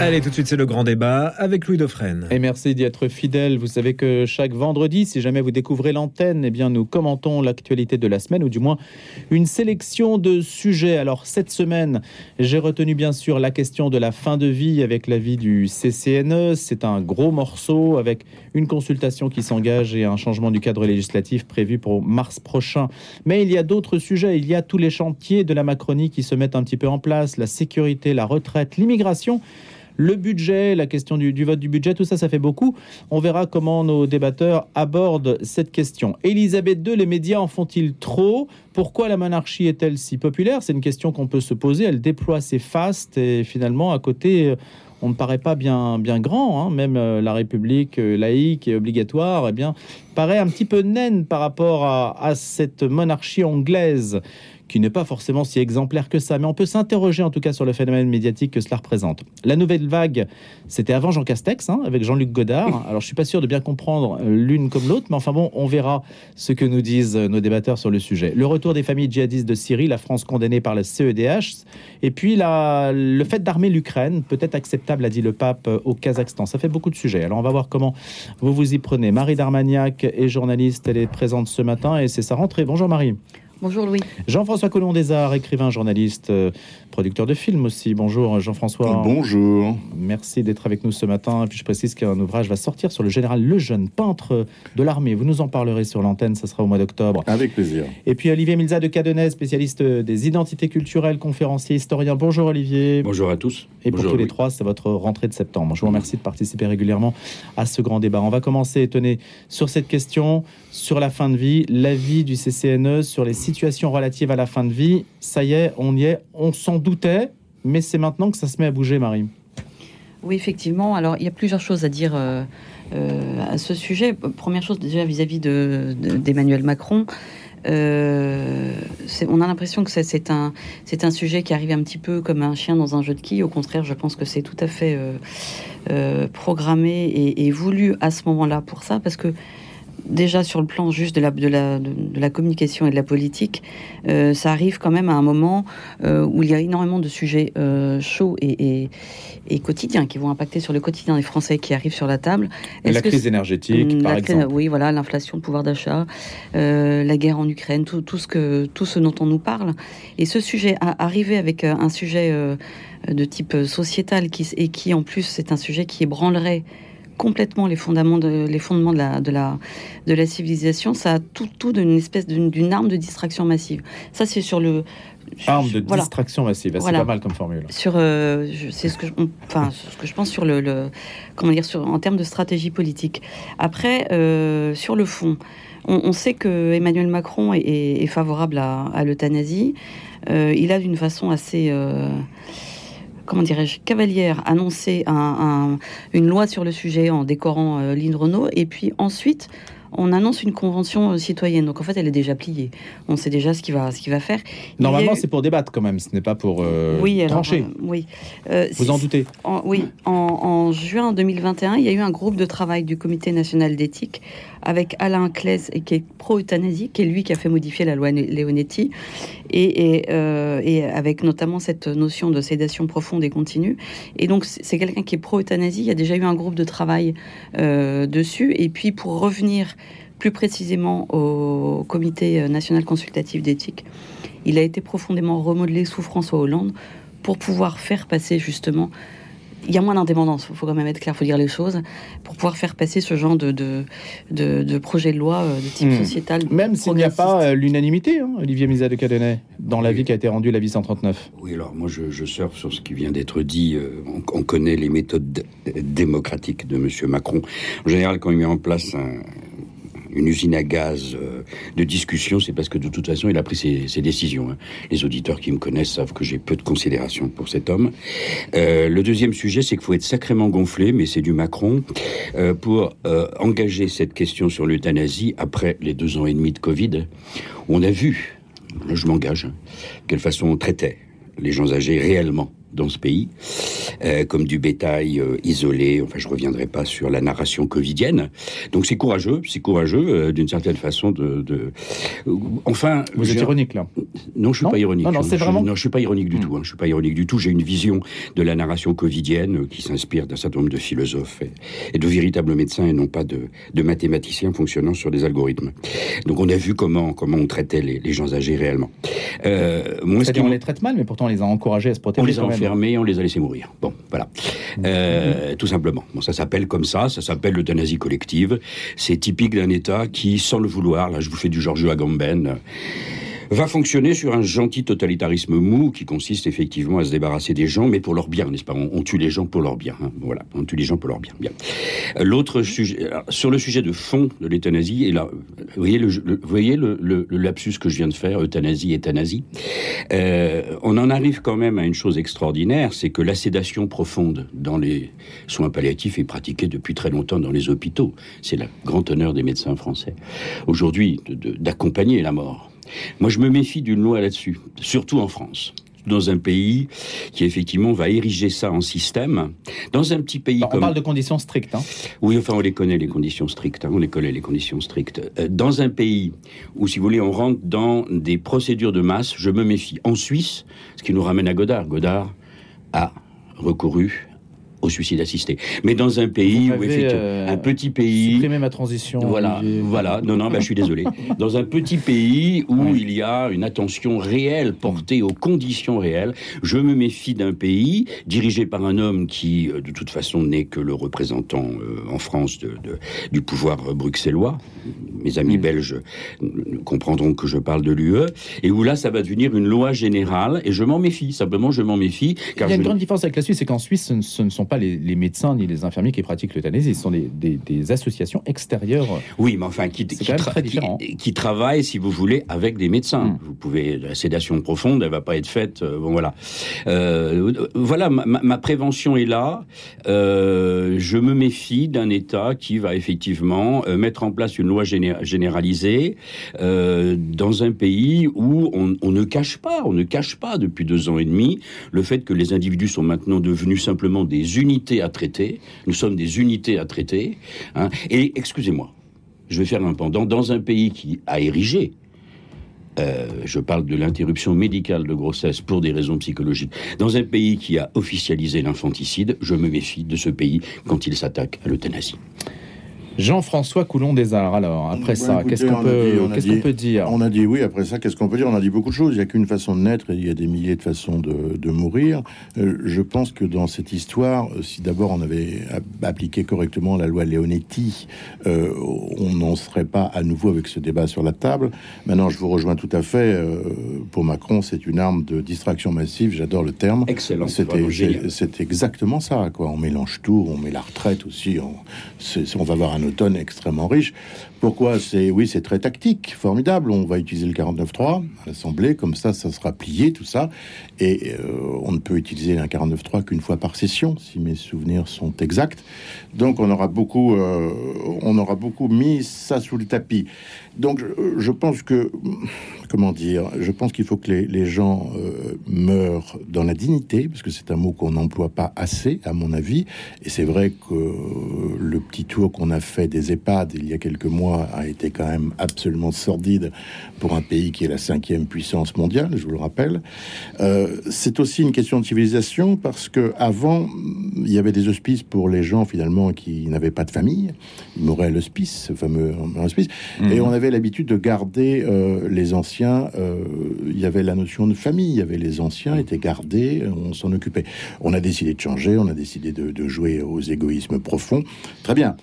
Allez, tout de suite, c'est le grand débat avec Louis Dauphren. Et merci d'y être fidèle. Vous savez que chaque vendredi, si jamais vous découvrez l'antenne, eh bien, nous commentons l'actualité de la semaine, ou du moins une sélection de sujets. Alors, cette semaine, j'ai retenu bien sûr la question de la fin de vie avec l'avis du CCNE. C'est un gros morceau avec une consultation qui s'engage et un changement du cadre législatif prévu pour mars prochain. Mais il y a d'autres sujets. Il y a tous les chantiers de la Macronie qui se mettent un petit peu en place. La sécurité, la retraite, l'immigration. Le budget, la question du vote du budget, tout ça, ça fait beaucoup. On verra comment nos débatteurs abordent cette question. Élisabeth II, les médias en font-ils trop ? Pourquoi la monarchie est-elle si populaire ? C'est une question qu'on peut se poser. Elle déploie ses fastes et finalement, à côté, on ne paraît pas bien grand. Même la République laïque et obligatoire, paraît un petit peu naine par rapport à cette monarchie anglaise, qui n'est pas forcément si exemplaire que ça, mais on peut s'interroger en tout cas sur le phénomène médiatique que cela représente. La nouvelle vague, c'était avant Jean Castex, avec Jean-Luc Godard. Alors je suis pas sûr de bien comprendre l'une comme l'autre, mais enfin bon, on verra ce que nous disent nos débatteurs sur le sujet. Le retour des familles djihadistes de Syrie, la France condamnée par la CEDH, et puis le fait d'armer l'Ukraine, peut-être acceptable, a dit le pape, au Kazakhstan. Ça fait beaucoup de sujets. Alors on va voir comment vous vous y prenez. Marie Darmagnac est journaliste, elle est présente ce matin et c'est sa rentrée. Bonjour Marie. Bonjour Louis. Jean-François Collomb-des-Arts, écrivain, journaliste, producteur de films aussi. Bonjour Jean-François. Bonjour. Merci d'être avec nous ce matin. Et puis je précise qu'un ouvrage va sortir sur le général Lejeune, peintre de l'armée. Vous nous en parlerez sur l'antenne, ça sera au mois d'octobre. Avec plaisir. Et puis Olivier Milza de Cadenet, spécialiste des identités culturelles, conférencier, historien. Bonjour Olivier. Bonjour à tous. Et bonjour, pour tous les Louis. trois, c'est votre rentrée de septembre. Je vous remercie de participer régulièrement à ce grand débat. On va commencer, tenez, sur cette question, sur la fin de vie, l'avis du CCNE sur les situations relatives à la fin de vie. Ça y est, on s'en doutait, mais c'est maintenant que ça se met à bouger, Marie. Oui, effectivement. Alors, il y a plusieurs choses à dire à ce sujet. Première chose, déjà, vis-à-vis d'Emmanuel Macron. On a l'impression que c'est un sujet qui arrive un petit peu comme un chien dans un jeu de quilles. Au contraire, je pense que c'est tout à fait programmé et voulu à ce moment-là pour ça, parce que déjà sur le plan juste de la communication et de la politique, ça arrive quand même à un moment où il y a énormément de sujets chauds et quotidiens qui vont impacter sur le quotidien des Français qui arrivent sur la table. La crise énergétique, par exemple. Oui, voilà, l'inflation, le pouvoir d'achat, la guerre en Ukraine, tout ce dont on nous parle. Et ce sujet arrivé avec un sujet de type sociétal qui en plus c'est un sujet qui ébranlerait complètement les fondements de la civilisation, ça a tout d'une espèce d'une arme de distraction massive. Ça, c'est sur le... Arme de distraction massive, c'est pas mal comme formule. C'est ce que je pense sur en termes de stratégie politique. Après, sur le fond, on sait que Emmanuel Macron est favorable à l'euthanasie. Il a d'une façon assez... cavalière, annoncé une loi sur le sujet en décorant Lynn Renault, et puis ensuite on annonce une convention citoyenne. Donc en fait, elle est déjà pliée. On sait déjà ce qu'il va faire. Normalement, c'est pour débattre quand même. Ce n'est pas pour trancher. Oui. Vous en doutez ? En juin 2021, il y a eu un groupe de travail du Comité national d'éthique avec Alain Claes, qui est pro-euthanasie, qui est lui qui a fait modifier la loi Leonetti, et avec notamment cette notion de sédation profonde et continue. Et donc, c'est quelqu'un qui est pro-euthanasie. Il y a déjà eu un groupe de travail dessus. Et puis, pour revenir plus précisément au Comité national consultatif d'éthique, il a été profondément remodelé sous François Hollande pour pouvoir faire passer justement... Il y a moins d'indépendance, il faut quand même être clair, il faut dire les choses, pour pouvoir faire passer ce genre de projet de loi de type sociétal. Même s'il n'y a pas l'unanimité, Olivier Milza de Cadenet, dans l'avis qui a été rendu, l'avis 139. Oui, alors moi je surfe sur ce qui vient d'être dit. On connaît les méthodes démocratiques de M. Macron. En général, quand il met en place une usine à gaz de discussion, c'est parce que de toute façon, il a pris ses décisions. Les auditeurs qui me connaissent savent que j'ai peu de considération pour cet homme. Le deuxième sujet, c'est qu'il faut être sacrément gonflé, mais c'est du Macron, pour engager cette question sur l'euthanasie après les 2 ans et demi de Covid. On a vu, là je m'engage, quelle façon on traitait les gens âgés réellement dans ce pays. comme du bétail isolé. Enfin, je reviendrai pas sur la narration covidienne. Donc c'est courageux d'une certaine façon Enfin, vous êtes ironique là. Non, je suis pas ironique. Non, c'est vraiment. Non, je suis pas ironique du tout. Je suis pas ironique du tout. J'ai une vision de la narration covidienne qui s'inspire d'un certain nombre de philosophes et de véritables médecins et non pas de mathématiciens fonctionnant sur des algorithmes. Donc on a vu comment on traitait les gens âgés réellement. C'est-à-dire on les traite mal, mais pourtant on les a encouragés à se protéger. On les a enfermés, on les a laissés mourir. Bon, voilà. Tout simplement. Bon, ça s'appelle comme ça s'appelle l'euthanasie collective. C'est typique d'un État qui, sans le vouloir, là je vous fais du Georges Agamben, va fonctionner sur un gentil totalitarisme mou qui consiste effectivement à se débarrasser des gens, mais pour leur bien, n'est-ce pas ? On tue les gens pour leur bien. Voilà, on tue les gens pour leur bien. Bien. L'autre sujet, alors, sur le sujet de fond de l'euthanasie, et là, vous voyez le lapsus que je viens de faire, euthanasie. On en arrive quand même à une chose extraordinaire, c'est que la sédation profonde dans les soins palliatifs est pratiquée depuis très longtemps dans les hôpitaux. C'est le grand honneur des médecins français. Aujourd'hui, d'accompagner la mort. Moi, je me méfie d'une loi là-dessus, surtout en France, dans un pays qui, effectivement, va ériger ça en système. Dans un petit pays on parle de conditions strictes. Oui, enfin, on les connaît, les conditions strictes. Dans un pays où, si vous voulez, on rentre dans des procédures de masse, je me méfie. En Suisse, ce qui nous ramène à Godard. Godard a recouru au suicide assisté. Mais dans un pays où, effectivement, un petit pays... Supprimer ma transition. Voilà. Non, je suis désolé. Dans un petit pays où il y a une attention réelle portée aux conditions réelles, je me méfie d'un pays dirigé par un homme qui, de toute façon, n'est que le représentant en France du pouvoir bruxellois. Mes amis belges comprendront que je parle de l'UE. Et où là, ça va devenir une loi générale. Et je m'en méfie. Simplement, je m'en méfie. Car il y a une grande différence avec la Suisse, c'est qu'en Suisse, ce ne sont pas les médecins ni les infirmiers qui pratiquent l'euthanasie, ce sont des associations extérieures. Oui, mais enfin, qui travaillent, si vous voulez, avec des médecins. Vous pouvez, la sédation profonde, elle va pas être faite. Voilà, ma prévention est là. Je me méfie d'un État qui va effectivement mettre en place une loi généralisée dans un pays où on ne cache pas depuis 2 ans et demi le fait que les individus sont maintenant devenus simplement des unités à traiter. Nous sommes des unités à traiter. Et, excusez-moi, je vais faire un pendant. Dans un pays qui a érigé, je parle de l'interruption médicale de grossesse pour des raisons psychologiques, dans un pays qui a officialisé l'infanticide, je me méfie de ce pays quand il s'attaque à l'euthanasie. Jean-François Coulon-Desarts, alors, après ça, qu'est-ce qu'on peut dire ? On a dit oui, après ça, qu'est-ce qu'on peut dire ? On a dit beaucoup de choses. Il n'y a qu'une façon de naître et il y a des milliers de façons de mourir. Je pense que dans cette histoire, si d'abord on avait appliqué correctement la loi Leonetti, on n'en serait pas à nouveau avec ce débat sur la table. Maintenant, je vous rejoins tout à fait. Pour Macron, c'est une arme de distraction massive. J'adore le terme. Excellent. C'est exactement ça, quoi. On mélange tout. On met la retraite aussi. On va avoir un automne extrêmement riche. Pourquoi ? C'est très tactique, formidable. On va utiliser le 49.3 à l'Assemblée, comme ça sera plié, tout ça. Et on ne peut utiliser un 49.3 qu'une fois par session, si mes souvenirs sont exacts. Donc on aura beaucoup mis ça sous le tapis. Donc je pense que, je pense qu'il faut que les gens meurent dans la dignité, parce que c'est un mot qu'on n'emploie pas assez, à mon avis. Et c'est vrai que le petit tour qu'on a fait des EHPAD il y a quelques mois a été quand même absolument sordide pour un pays qui est la 5e puissance mondiale, je vous le rappelle. C'est aussi une question de civilisation, parce que avant il y avait des hospices pour les gens finalement qui n'avaient pas de famille. Ils mouraient à l'hospice, ce fameux hospice, et on avait l'habitude de garder les anciens. Il y avait la notion de famille, il y avait les anciens étaient gardés, on s'en occupait. On a décidé de changer, on a décidé de jouer aux égoïsmes profonds. Très bien.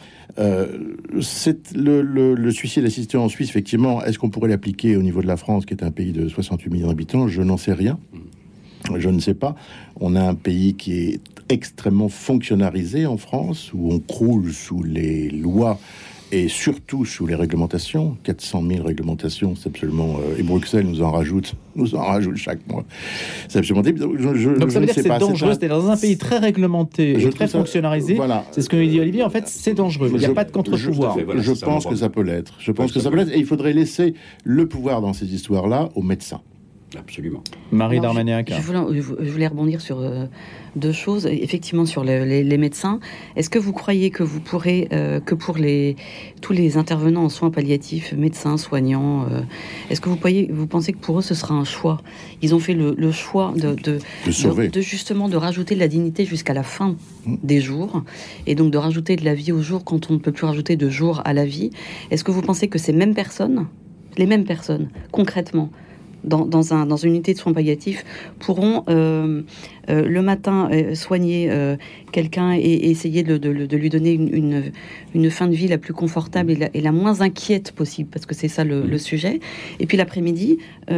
C'est le suicide assisté en Suisse, effectivement. Est-ce qu'on pourrait l'appliquer au niveau de la France, qui est un pays de 68 millions d'habitants ? Je n'en sais rien. Je ne sais pas. On a un pays qui est extrêmement fonctionnalisé en France, où on croule sous les lois et surtout sous les réglementations. 400 000 réglementations, c'est absolument... et Bruxelles nous en rajoute chaque mois. C'est absolument débile. Donc ça veut dire que c'est dangereux. C'est dans un pays très réglementé et très fonctionnalisé. Voilà. C'est ce que dit Olivier. En fait, c'est dangereux. Il n'y a pas de contre-pouvoir. Je pense que ça peut l'être. Et il faudrait laisser le pouvoir dans ces histoires-là aux médecins. Absolument. Marie Alors, Darmanin-Aca. je voulais rebondir sur deux choses. Effectivement, sur les médecins. Est-ce que vous croyez que vous pourrez, que pour tous les intervenants en soins palliatifs, médecins, soignants, est-ce que vous pensez que pour eux, ce sera un choix ? Ils ont fait le choix de justement de rajouter de la dignité jusqu'à la fin des jours, et donc de rajouter de la vie aux jours quand on ne peut plus rajouter de jours à la vie. Est-ce que vous pensez que les mêmes personnes, concrètement, dans une unité de soins palliatifs, pourront le matin soigner quelqu'un et essayer de lui donner une fin de vie la plus confortable et la moins inquiète possible, parce que c'est ça le sujet. Et puis l'après-midi,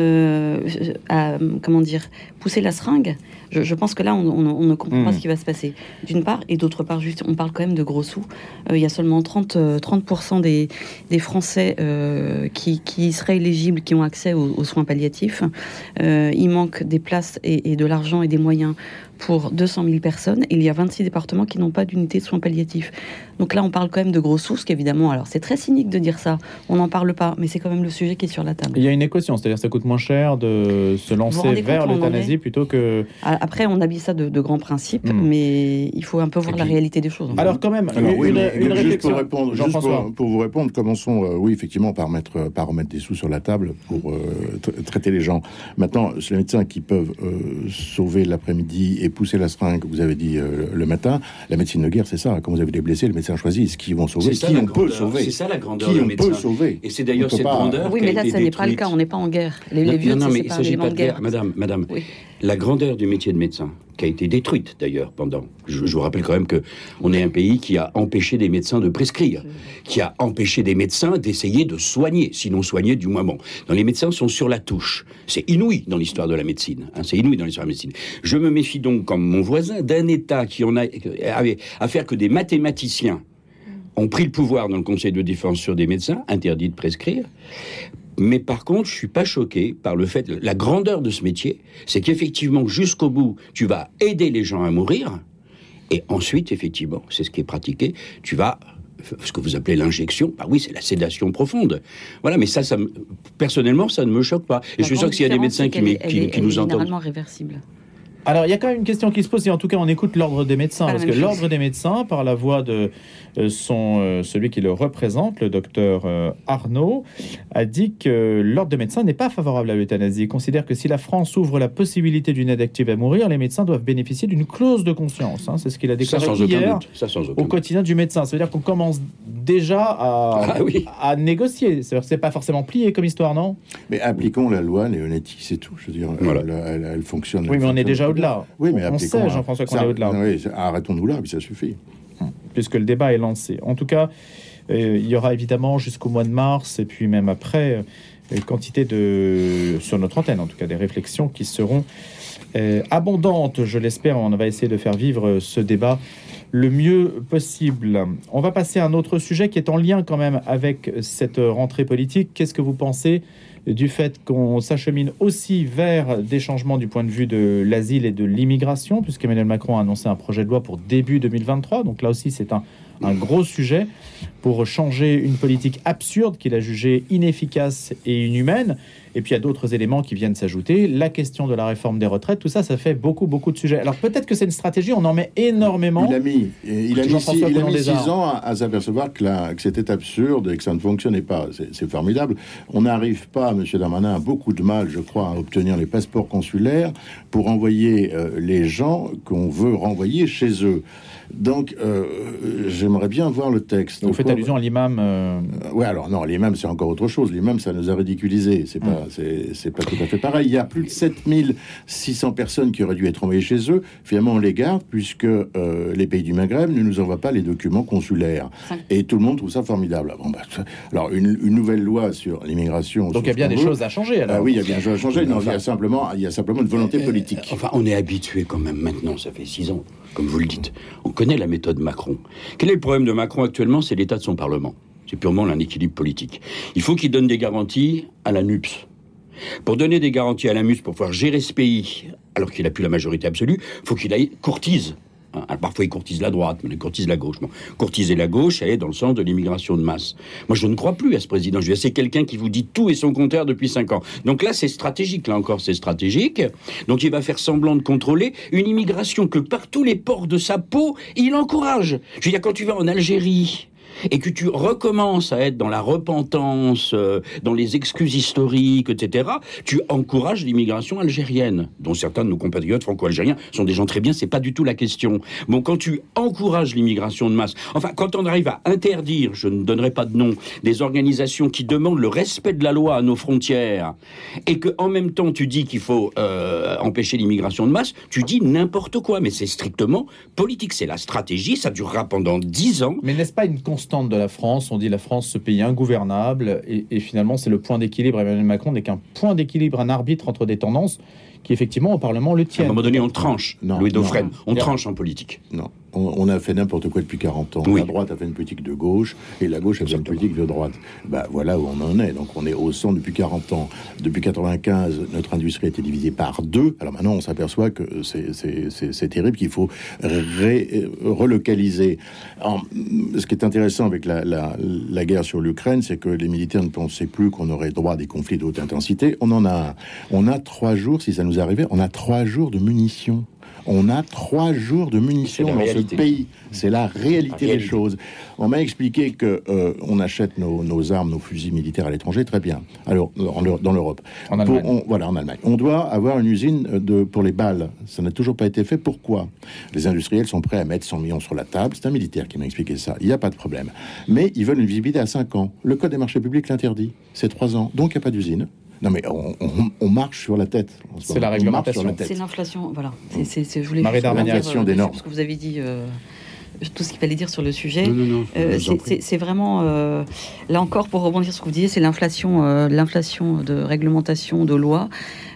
pousser la seringue. Je pense que là, on ne comprend pas ce qui va se passer, d'une part, et d'autre part, juste, on parle quand même de gros sous. Il y a seulement 30% des Français qui seraient éligibles, qui ont accès aux soins palliatifs. Il manque des places et de l'argent et des moyens pour 200 000 personnes. Il y a 26 départements qui n'ont pas d'unité de soins palliatifs. Donc là, on parle quand même de gros sous, ce qu'évidemment, alors c'est très cynique de dire ça, on n'en parle pas, mais c'est quand même le sujet qui est sur la table. Il y a une équation, c'est-à-dire que ça coûte moins cher de se lancer vers l'euthanasie plutôt que... Après, on habille ça de grands principes, mais il faut un peu voir la réalité des choses. Alors quand même, une réflexion. Pour vous répondre, commençons, oui, effectivement, par remettre des sous sur la table pour traiter les gens. Maintenant, c'est les médecins qui peuvent sauver l'après-midi et pousser la seringue, vous avez dit le matin. La médecine de guerre, c'est ça. Quand vous avez des blessés, les médecins choisissent qui vont sauver, qui on peut sauver. C'est ça la grandeur qui du on médecin. peut sauver. Et c'est d'ailleurs cette grandeur. Oui, mais là, ça n'est pas le cas. On n'est pas en guerre. Les vieux, non, mais c'est pas un élément de guerre. Madame, oui. La grandeur du métier de médecin, qui a été détruite d'ailleurs pendant. Je vous rappelle quand même que on est un pays qui a empêché des médecins de prescrire, qui a empêché des médecins d'essayer de soigner, sinon soigner du moins bon. Donc les médecins sont sur la touche. C'est inouï dans l'histoire de la médecine. C'est inouï dans l'histoire de la médecine. Je me méfie donc, comme mon voisin, d'un État qui avait à faire que des mathématiciens ont pris le pouvoir dans le Conseil de défense sur des médecins, interdits de prescrire. Mais par contre, je suis pas choqué par le fait, la grandeur de ce métier, c'est qu'effectivement, jusqu'au bout, tu vas aider les gens à mourir, et ensuite, effectivement, c'est ce qui est pratiqué, tu vas, ce que vous appelez l'injection, bah oui, c'est la sédation profonde. Voilà, mais ça personnellement, ça ne me choque pas. Et je suis sûr que s'il y a des médecins qui nous entendent... généralement réversible. Alors, il y a quand même une question qui se pose, et en tout cas, on écoute l'ordre des médecins, parce que l'ordre des médecins, par la voix de celui qui le représente, le docteur Arnaud, a dit que l'ordre des médecins n'est pas favorable à l'euthanasie. Il considère que si la France ouvre la possibilité d'une aide active à mourir, les médecins doivent bénéficier d'une clause de conscience. C'est ce qu'il a déclaré hier au quotidien du médecin. Ça veut dire qu'on commence déjà à négocier. C'est pas forcément plié comme histoire, non ? Mais appliquons la loi Leonetti, c'est tout. Je veux dire, elle fonctionne. Oui, mais on est déjà au-delà. Oui, mais on sait, Jean-François, qu'on est au-delà. Oui, arrêtons-nous là, puis ça suffit. Puisque le débat est lancé. En tout cas, il y aura évidemment jusqu'au mois de mars, et puis même après, quantité sur notre antenne, en tout cas, des réflexions qui seront abondantes, je l'espère. On va essayer de faire vivre ce débat le mieux possible. On va passer à un autre sujet qui est en lien quand même avec cette rentrée politique. Qu'est-ce que vous pensez du fait qu'on s'achemine aussi vers des changements du point de vue de l'asile et de l'immigration, puisqu'Emmanuel Macron a annoncé un projet de loi pour début 2023. Donc là aussi, c'est un gros sujet pour changer une politique absurde qu'il a jugée inefficace et inhumaine. Et puis il y a d'autres éléments qui viennent s'ajouter. La question de la réforme des retraites, tout ça, ça fait beaucoup de sujets. Alors peut-être que c'est une stratégie, on en met énormément. Il a mis 6 ans à s'apercevoir que c'était absurde et que ça ne fonctionnait pas. C'est formidable. On n'arrive pas, M. Darmanin a beaucoup de mal, je crois, à obtenir les passeports consulaires pour envoyer les gens qu'on veut renvoyer chez eux. Donc, j'aimerais bien voir le texte. Vous faites allusion à l'imam Oui, alors non, l'imam, c'est encore autre chose. L'imam, ça nous a ridiculisés. C'est pas tout à fait pareil. Il y a plus de 7600 personnes qui auraient dû être envoyées chez eux. Finalement, on les garde puisque les pays du Maghreb ne nous envoient pas les documents consulaires. Et tout le monde trouve ça formidable. Alors, une nouvelle loi sur l'immigration... Donc, il y a bien des choses à changer, alors. Oui, il y a bien des choses à changer. Non, il y a simplement une volonté politique. Enfin, on est habitué quand même maintenant, ça fait 6 ans, comme vous le dites. On connaît la méthode Macron. Quel est le problème de Macron actuellement ? C'est l'état de son Parlement. C'est purement un équilibre politique. Il faut qu'il donne des garanties à la NUPS. Pour donner des garanties à la NUPS, pour pouvoir gérer ce pays, alors qu'il n'a plus la majorité absolue, il faut qu'il aille courtise Hein. Alors, parfois, ils courtisent la droite, mais ils courtisent la gauche. Bon. Courtiser la gauche, elle est dans le sens de l'immigration de masse. Moi, je ne crois plus à ce président. Je veux dire, c'est quelqu'un qui vous dit tout et son contraire depuis 5 ans. Donc là, c'est stratégique. Là encore, c'est stratégique. Donc, il va faire semblant de contrôler une immigration que par tous les pores de sa peau, il encourage. Je veux dire, quand tu vas en Algérie et que tu recommences à être dans la repentance, dans les excuses historiques, etc., tu encourages l'immigration algérienne, dont certains de nos compatriotes franco-algériens sont des gens très bien, c'est pas du tout la question. Bon, quand tu encourages l'immigration de masse, enfin, quand on arrive à interdire, je ne donnerai pas de nom, des organisations qui demandent le respect de la loi à nos frontières, et que en même temps tu dis qu'il faut empêcher l'immigration de masse, tu dis n'importe quoi, mais c'est strictement politique, c'est la stratégie, ça durera pendant 10 ans. Mais n'est-ce pas une constante de la France? On dit la France, ce pays ingouvernable, et finalement c'est le point d'équilibre. Emmanuel Macron n'est qu'un point d'équilibre, un arbitre entre des tendances qui effectivement au Parlement le tiennent. À un moment donné, on tranche, Louis Dauphren, on tranche en politique. Non, on a fait n'importe quoi depuis 40 ans. Oui. La droite a fait une politique de gauche et la gauche a fait une politique de droite. Bah, voilà où on en est. Donc on est au centre depuis 40 ans. Depuis 95, notre industrie a été divisée par 2. Alors maintenant, on s'aperçoit que c'est terrible, qu'il faut relocaliser. Alors, ce qui est intéressant avec la guerre sur l'Ukraine, c'est que les militaires ne pensaient plus qu'on aurait droit à des conflits de haute intensité. On en a un. On a 3 jours, si ça nous arrivait, on a 3 jours de munitions. On a 3 jours de munitions dans ce pays. C'est la réalité des choses. On m'a expliqué que on achète nos armes, nos fusils militaires à l'étranger, très bien. Alors, dans l'Europe. En Allemagne. En Allemagne. On doit avoir une usine pour les balles. Ça n'a toujours pas été fait. Pourquoi? Les industriels sont prêts à mettre 100 millions sur la table. C'est un militaire qui m'a expliqué ça. Il n'y a pas de problème. Mais ils veulent une visibilité à 5 ans. Le Code des marchés publics l'interdit. C'est 3 ans. Donc, il n'y a pas d'usine. Non mais on marche sur la tête. C'est la réglementation. C'est l'inflation, voilà. Je voulais Marie Darmanin, des normes. parce que vous avez dit tout ce qu'il fallait dire sur le sujet. Non, c'est vraiment là encore pour rebondir sur ce que vous disiez, c'est l'inflation de réglementation, de loi.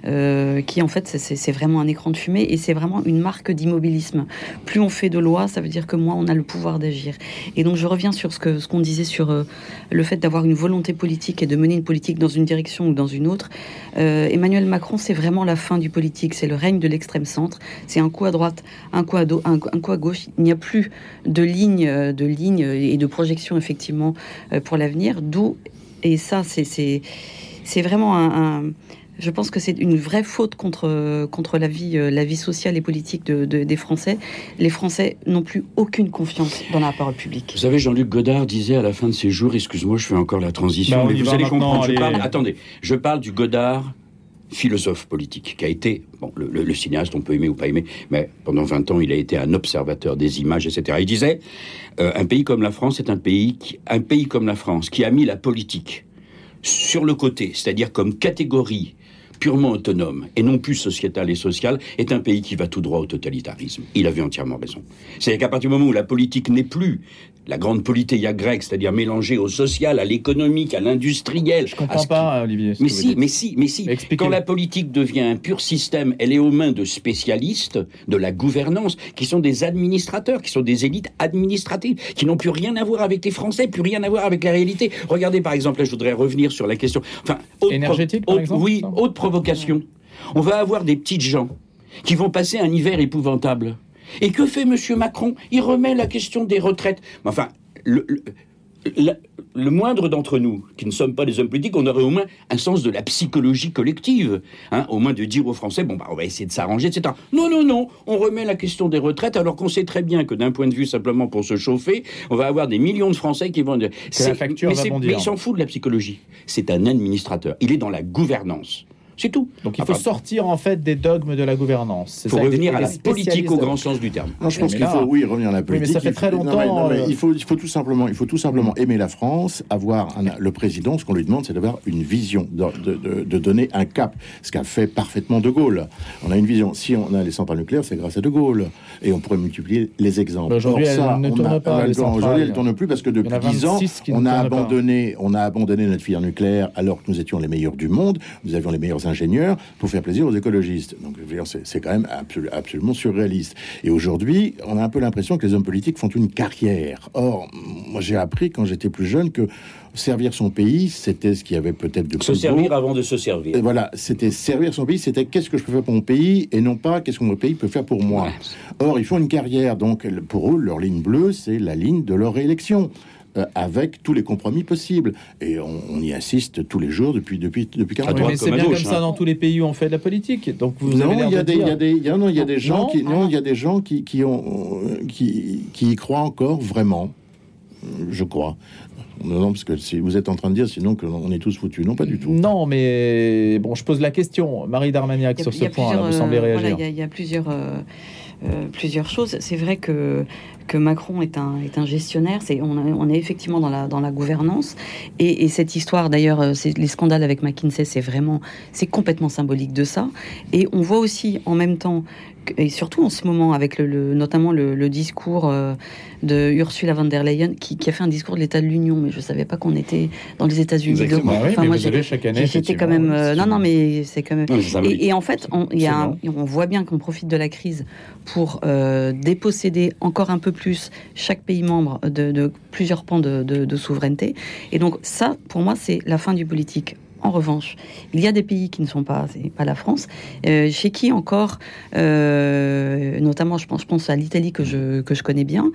Qui en fait c'est vraiment un écran de fumée et c'est vraiment une marque d'immobilisme. Plus on fait de lois, ça veut dire que moins on a le pouvoir d'agir. Et donc je reviens sur ce qu'on disait sur le fait d'avoir une volonté politique et de mener une politique dans une direction ou dans une autre. Emmanuel Macron, c'est vraiment la fin du politique, c'est le règne de l'extrême centre. C'est un coup à droite, un coup à gauche. Il n'y a plus de ligne et de projection effectivement pour l'avenir. Et ça c'est vraiment je pense que c'est une vraie faute contre la vie sociale et politique des Français. Les Français n'ont plus aucune confiance dans la parole publique. Vous savez, Jean-Luc Godard disait à la fin de ses jours, excuse-moi, je fais encore la transition, mais vous allez comprendre. Je parle du Godard philosophe politique, qui a été, le cinéaste, on peut aimer ou pas aimer, mais pendant 20 ans, il a été un observateur des images, etc. Il disait, un pays comme la France est un pays comme la France, qui a mis la politique sur le côté, c'est-à-dire comme catégorie purement autonome et non plus sociétale et sociale, est un pays qui va tout droit au totalitarisme. Il avait entièrement raison. C'est-à-dire qu'à partir du moment où la politique n'est plus la grande politéia grecque, c'est-à-dire mélangée au social, à l'économique, à l'industriel... Je comprends pas, Olivier. Mais si. Quand la politique devient un pur système, elle est aux mains de spécialistes de la gouvernance, qui sont des administrateurs, qui sont des élites administratives, qui n'ont plus rien à voir avec les Français, plus rien à voir avec la réalité. Regardez, par exemple, là, je voudrais revenir sur la question... énergétique, par exemple. Oui, autre provocation. On va avoir des petites gens qui vont passer un hiver épouvantable. Et que fait Monsieur Macron? Il remet la question des retraites. Enfin, le moindre d'entre nous, qui ne sommes pas des hommes politiques, on aurait au moins un sens de la psychologie collective. Au moins de dire aux Français, on va essayer de s'arranger, etc. Non, on remet la question des retraites, alors qu'on sait très bien que d'un point de vue simplement pour se chauffer, on va avoir des millions de Français qui vont dire... La facture va bondir. Mais il s'en fout de la psychologie. C'est un administrateur. Il est dans la gouvernance. C'est tout. Donc il faut sortir en fait des dogmes de la gouvernance. Il faut revenir à la politique au grand sens du terme. Non, je pense qu'il faut revenir à la politique. Oui, mais ça fait très longtemps. Il faut tout simplement aimer la France, avoir le président. Ce qu'on lui demande, c'est d'avoir une vision, de donner un cap. Ce qu'a fait parfaitement De Gaulle. On a une vision. Si on a les centrales nucléaires, c'est grâce à De Gaulle. Et on pourrait multiplier les exemples. Aujourd'hui, elle ne tourne pas. Aujourd'hui, elle ne tourne plus parce que depuis 10 ans, on a abandonné notre filière nucléaire alors que nous étions les meilleurs du monde. Nous avions les meilleurs ingénieurs pour faire plaisir aux écologistes. Donc, je veux dire, c'est quand même absolument surréaliste. Et aujourd'hui, on a un peu l'impression que les hommes politiques font une carrière. Or, moi, j'ai appris quand j'étais plus jeune que servir son pays, c'était ce qui avait peut-être de plus se servir beau. avant de se servir. Et voilà, c'était servir son pays, c'était qu'est-ce que je peux faire pour mon pays et non pas qu'est-ce que mon pays peut faire pour moi. Ouais. Or, ils font une carrière, donc pour eux, leur ligne bleue, c'est la ligne de leur réélection. Avec tous les compromis possibles. Et on y assiste tous les jours depuis 40 ans. Mais c'est bien comme ça dans tous les pays où on fait de la politique. Donc vous avez l'air de dire... Il y a des gens qui y croient encore vraiment, je crois. Non, parce que si vous êtes en train de dire sinon qu'on est tous foutus. Non, pas du tout. Non, mais bon, je pose la question. Marie d'Armagnac, sur ce point, là, vous semblez réagir. Il y a plusieurs choses. C'est vrai que Macron est un gestionnaire. On est effectivement dans la gouvernance. Et cette histoire, d'ailleurs, les scandales avec McKinsey, c'est complètement symbolique de ça. Et on voit aussi en même temps, et surtout en ce moment, avec notamment le discours de Ursula von der Leyen, qui a fait un discours de l'État de l'Union, mais je savais pas qu'on était dans les États-Unis. Enfin, moi, chaque année, j'étais quand même. Non, mais c'est quand même. Et en fait, on voit bien qu'on profite de la crise pour déposséder encore un peu plus chaque pays membre de plusieurs pans de souveraineté. Et donc ça, pour moi, c'est la fin du politique. En revanche, il y a des pays qui ne sont pas, c'est pas la France, chez qui encore, notamment je pense à l'Italie que je connais bien,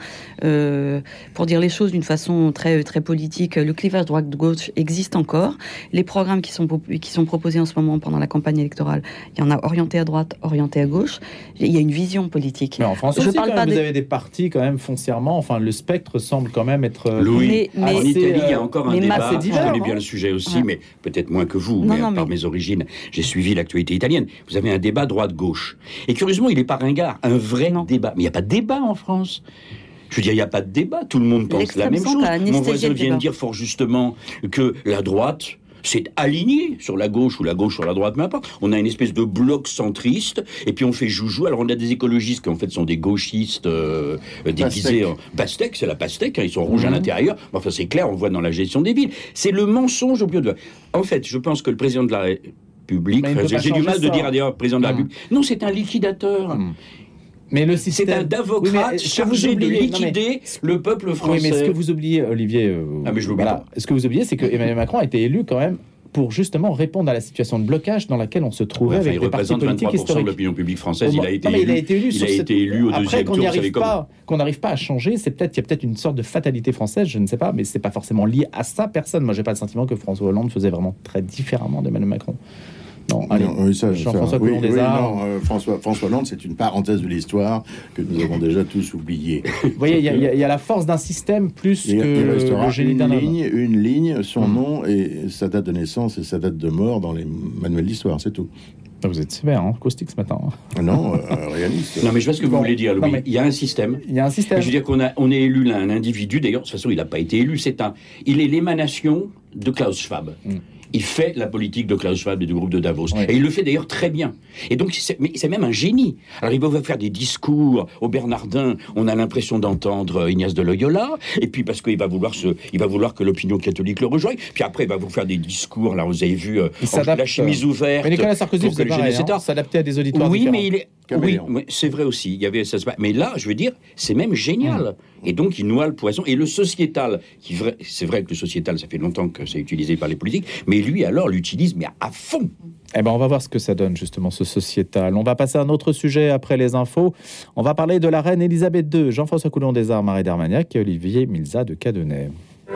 pour dire les choses d'une façon très, très politique, le clivage droite-gauche existe encore. Les programmes qui sont proposés en ce moment pendant la campagne électorale, il y en a orientés à droite, orientés à gauche. Il y a une vision politique. Mais en France aussi, vous avez des partis quand même foncièrement, enfin le spectre semble quand même être... Louis, en Italie, il y a encore un débat, je connais bien le sujet aussi, ouais. Mais peut-être moins que vous, mais par mes origines, j'ai suivi l'actualité italienne. Vous avez un débat droite-gauche. Et curieusement, il n'est pas ringard, un vrai débat. Mais il n'y a pas de débat en France. Je veux dire, il n'y a pas de débat. Tout le monde pense la même chose. Mon voisin vient de dire fort justement que la droite... c'est aligné sur la gauche ou la gauche sur la droite, peu importe. On a une espèce de bloc centriste, et puis on fait joujou. Alors on a des écologistes qui en fait sont des gauchistes déguisés en pastèque, c'est la pastèque, hein, ils sont rouges à l'intérieur. Enfin c'est clair, on voit dans la gestion des villes. C'est le mensonge au bio de... En fait, je pense que le président de la République, j'ai du mal de dire d'ailleurs président de la République, non, c'est un liquidateur. Mais le système... C'est un d'avocrate chargé de liquider le peuple français. Oui, mais ce que vous oubliez, Olivier... mais je l'oublie pas. Ce que vous oubliez, c'est que Emmanuel Macron a été élu quand même pour justement répondre à la situation de blocage dans laquelle on se trouvait avec les partis politiques historiques. Il représente 23% de l'opinion publique française. Il a été élu au deuxième tour. Qu'on n'arrive pas à changer, il y a peut-être une sorte de fatalité française, je ne sais pas, mais c'est pas forcément lié à ça. Personne. Moi, j'ai pas le sentiment que François Hollande faisait vraiment très différemment d'Emmanuel Macron. Non, allez, Jean-François Coulon-Desarts. François Hollande, c'est une parenthèse de l'histoire que nous avons déjà tous oubliée. Vous voyez, il y a la force d'un système plus que le génie d'un homme. Une ligne, son nom et sa date de naissance et sa date de mort dans les manuels d'histoire, c'est tout. Vous êtes sévère, caustique ce matin. Non, réaliste. Non, mais je vois ce que vous voulez dire, Louis. Il y a un système. Il y a un système. Je veux dire on est élu là, un individu. D'ailleurs, de toute façon, il n'a pas été élu. Il est l'émanation de Klaus Schwab. Il fait la politique de Klaus Schwab et du groupe de Davos. Oui. Et il le fait d'ailleurs très bien. Et donc, c'est même un génie. Alors, il va faire des discours au Bernardin. On a l'impression d'entendre Ignace de Loyola. Et puis, parce qu'il va vouloir que l'opinion catholique le rejoigne. Puis après, il va vous faire des discours. Là, vous avez vu la chemise ouverte. Mais Nicolas Sarkozy faisait pareil, s'adapter à des auditoires différents. Mais il est... Oui, c'est vrai aussi. Il y avait ça. Mais là, je veux dire, c'est même génial. Et donc, il noie le poison. Et le sociétal, c'est vrai que le sociétal, ça fait longtemps que c'est utilisé par les politiques, mais lui, alors, l'utilise, mais à fond. Eh ben, on va voir ce que ça donne, justement, ce sociétal. On va passer à un autre sujet après les infos. On va parler de la reine Elisabeth II, Jean-François Coulon-Desarts, Marie d'Armagnac et Olivier Milza de Cadenet.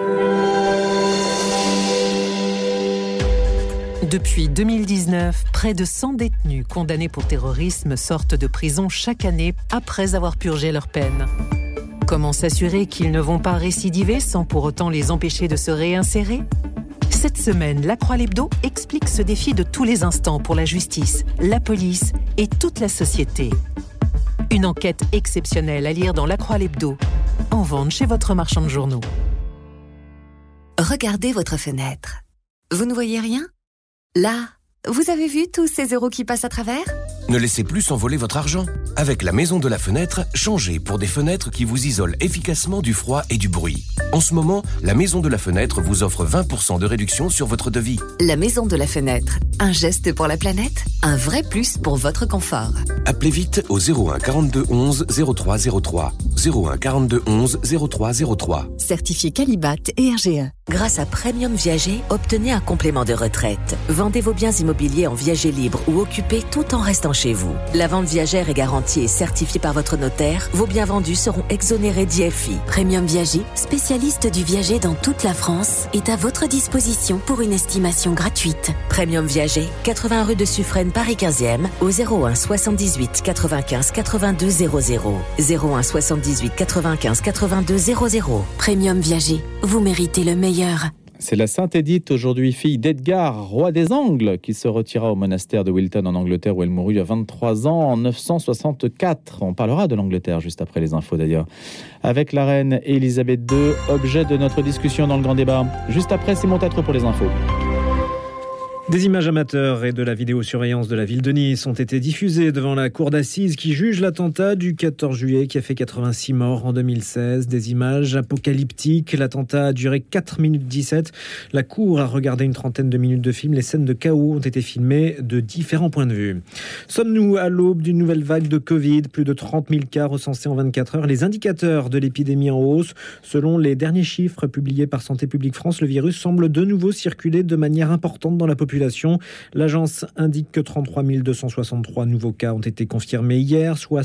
Depuis 2019, près de 100 détenus condamnés pour terrorisme sortent de prison chaque année après avoir purgé leur peine. Comment s'assurer qu'ils ne vont pas récidiver sans pour autant les empêcher de se réinsérer ? Cette semaine, La Croix-l'Hebdo explique ce défi de tous les instants pour la justice, la police et toute la société. Une enquête exceptionnelle à lire dans La Croix-l'Hebdo, en vente chez votre marchand de journaux. Regardez votre fenêtre. Vous ne voyez rien ? Là, vous avez vu tous ces euros qui passent à travers ? Ne laissez plus s'envoler votre argent. Avec la Maison de la Fenêtre, changez pour des fenêtres qui vous isolent efficacement du froid et du bruit. En ce moment, la Maison de la Fenêtre vous offre 20% de réduction sur votre devis. La Maison de la Fenêtre. Un geste pour la planète, un vrai plus pour votre confort. Appelez vite au 01 42 11 03 03. 01 42 11 03 03. Certifié Qualibat et RGE. Grâce à Premium Viager, obtenez un complément de retraite. Vendez vos biens immobiliers en viager libre ou occupés tout en restant chez vous. La vente viagère est garantie et certifiée par votre notaire. Vos biens vendus seront exonérés d'IFI. Premium Viager, spécialiste du viager dans toute la France, est à votre disposition pour une estimation gratuite. Premium Viager, 80 rue de Suffren, Paris 15e, au 01 78 95 82 00. 01 78 95 82 00. Premium Viager, vous méritez le meilleur. C'est la Sainte Édith, aujourd'hui fille d'Edgar, roi des Angles, qui se retira au monastère de Wilton en Angleterre où elle mourut à 23 ans en 964. On parlera de l'Angleterre juste après les infos d'ailleurs. Avec la reine Elisabeth II, objet de notre discussion dans le grand débat. Juste après, Simon Tatro pour les infos. Des images amateurs et de la vidéosurveillance de la ville de Nice ont été diffusées devant la cour d'assises qui juge l'attentat du 14 juillet qui a fait 86 morts en 2016. Des images apocalyptiques. L'attentat a duré 4 minutes 17. La cour a regardé une trentaine de minutes de film. Les scènes de chaos ont été filmées de différents points de vue. Sommes-nous à l'aube d'une nouvelle vague de Covid ? Plus de 30 000 cas recensés en 24 heures. Les indicateurs de l'épidémie en hausse. Selon les derniers chiffres publiés par Santé publique France, le virus semble de nouveau circuler de manière importante dans la population. L'agence indique que 33 263 nouveaux cas ont été confirmés hier, soit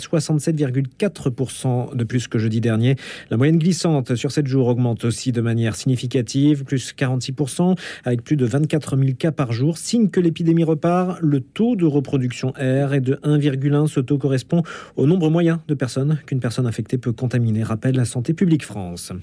67,4% de plus que jeudi dernier. La moyenne glissante sur 7 jours augmente aussi de manière significative, plus 46%, avec plus de 24 000 cas par jour. Signe que l'épidémie repart, le taux de reproduction R est de 1,1. Ce taux correspond au nombre moyen de personnes qu'une personne infectée peut contaminer, rappelle la Santé publique France.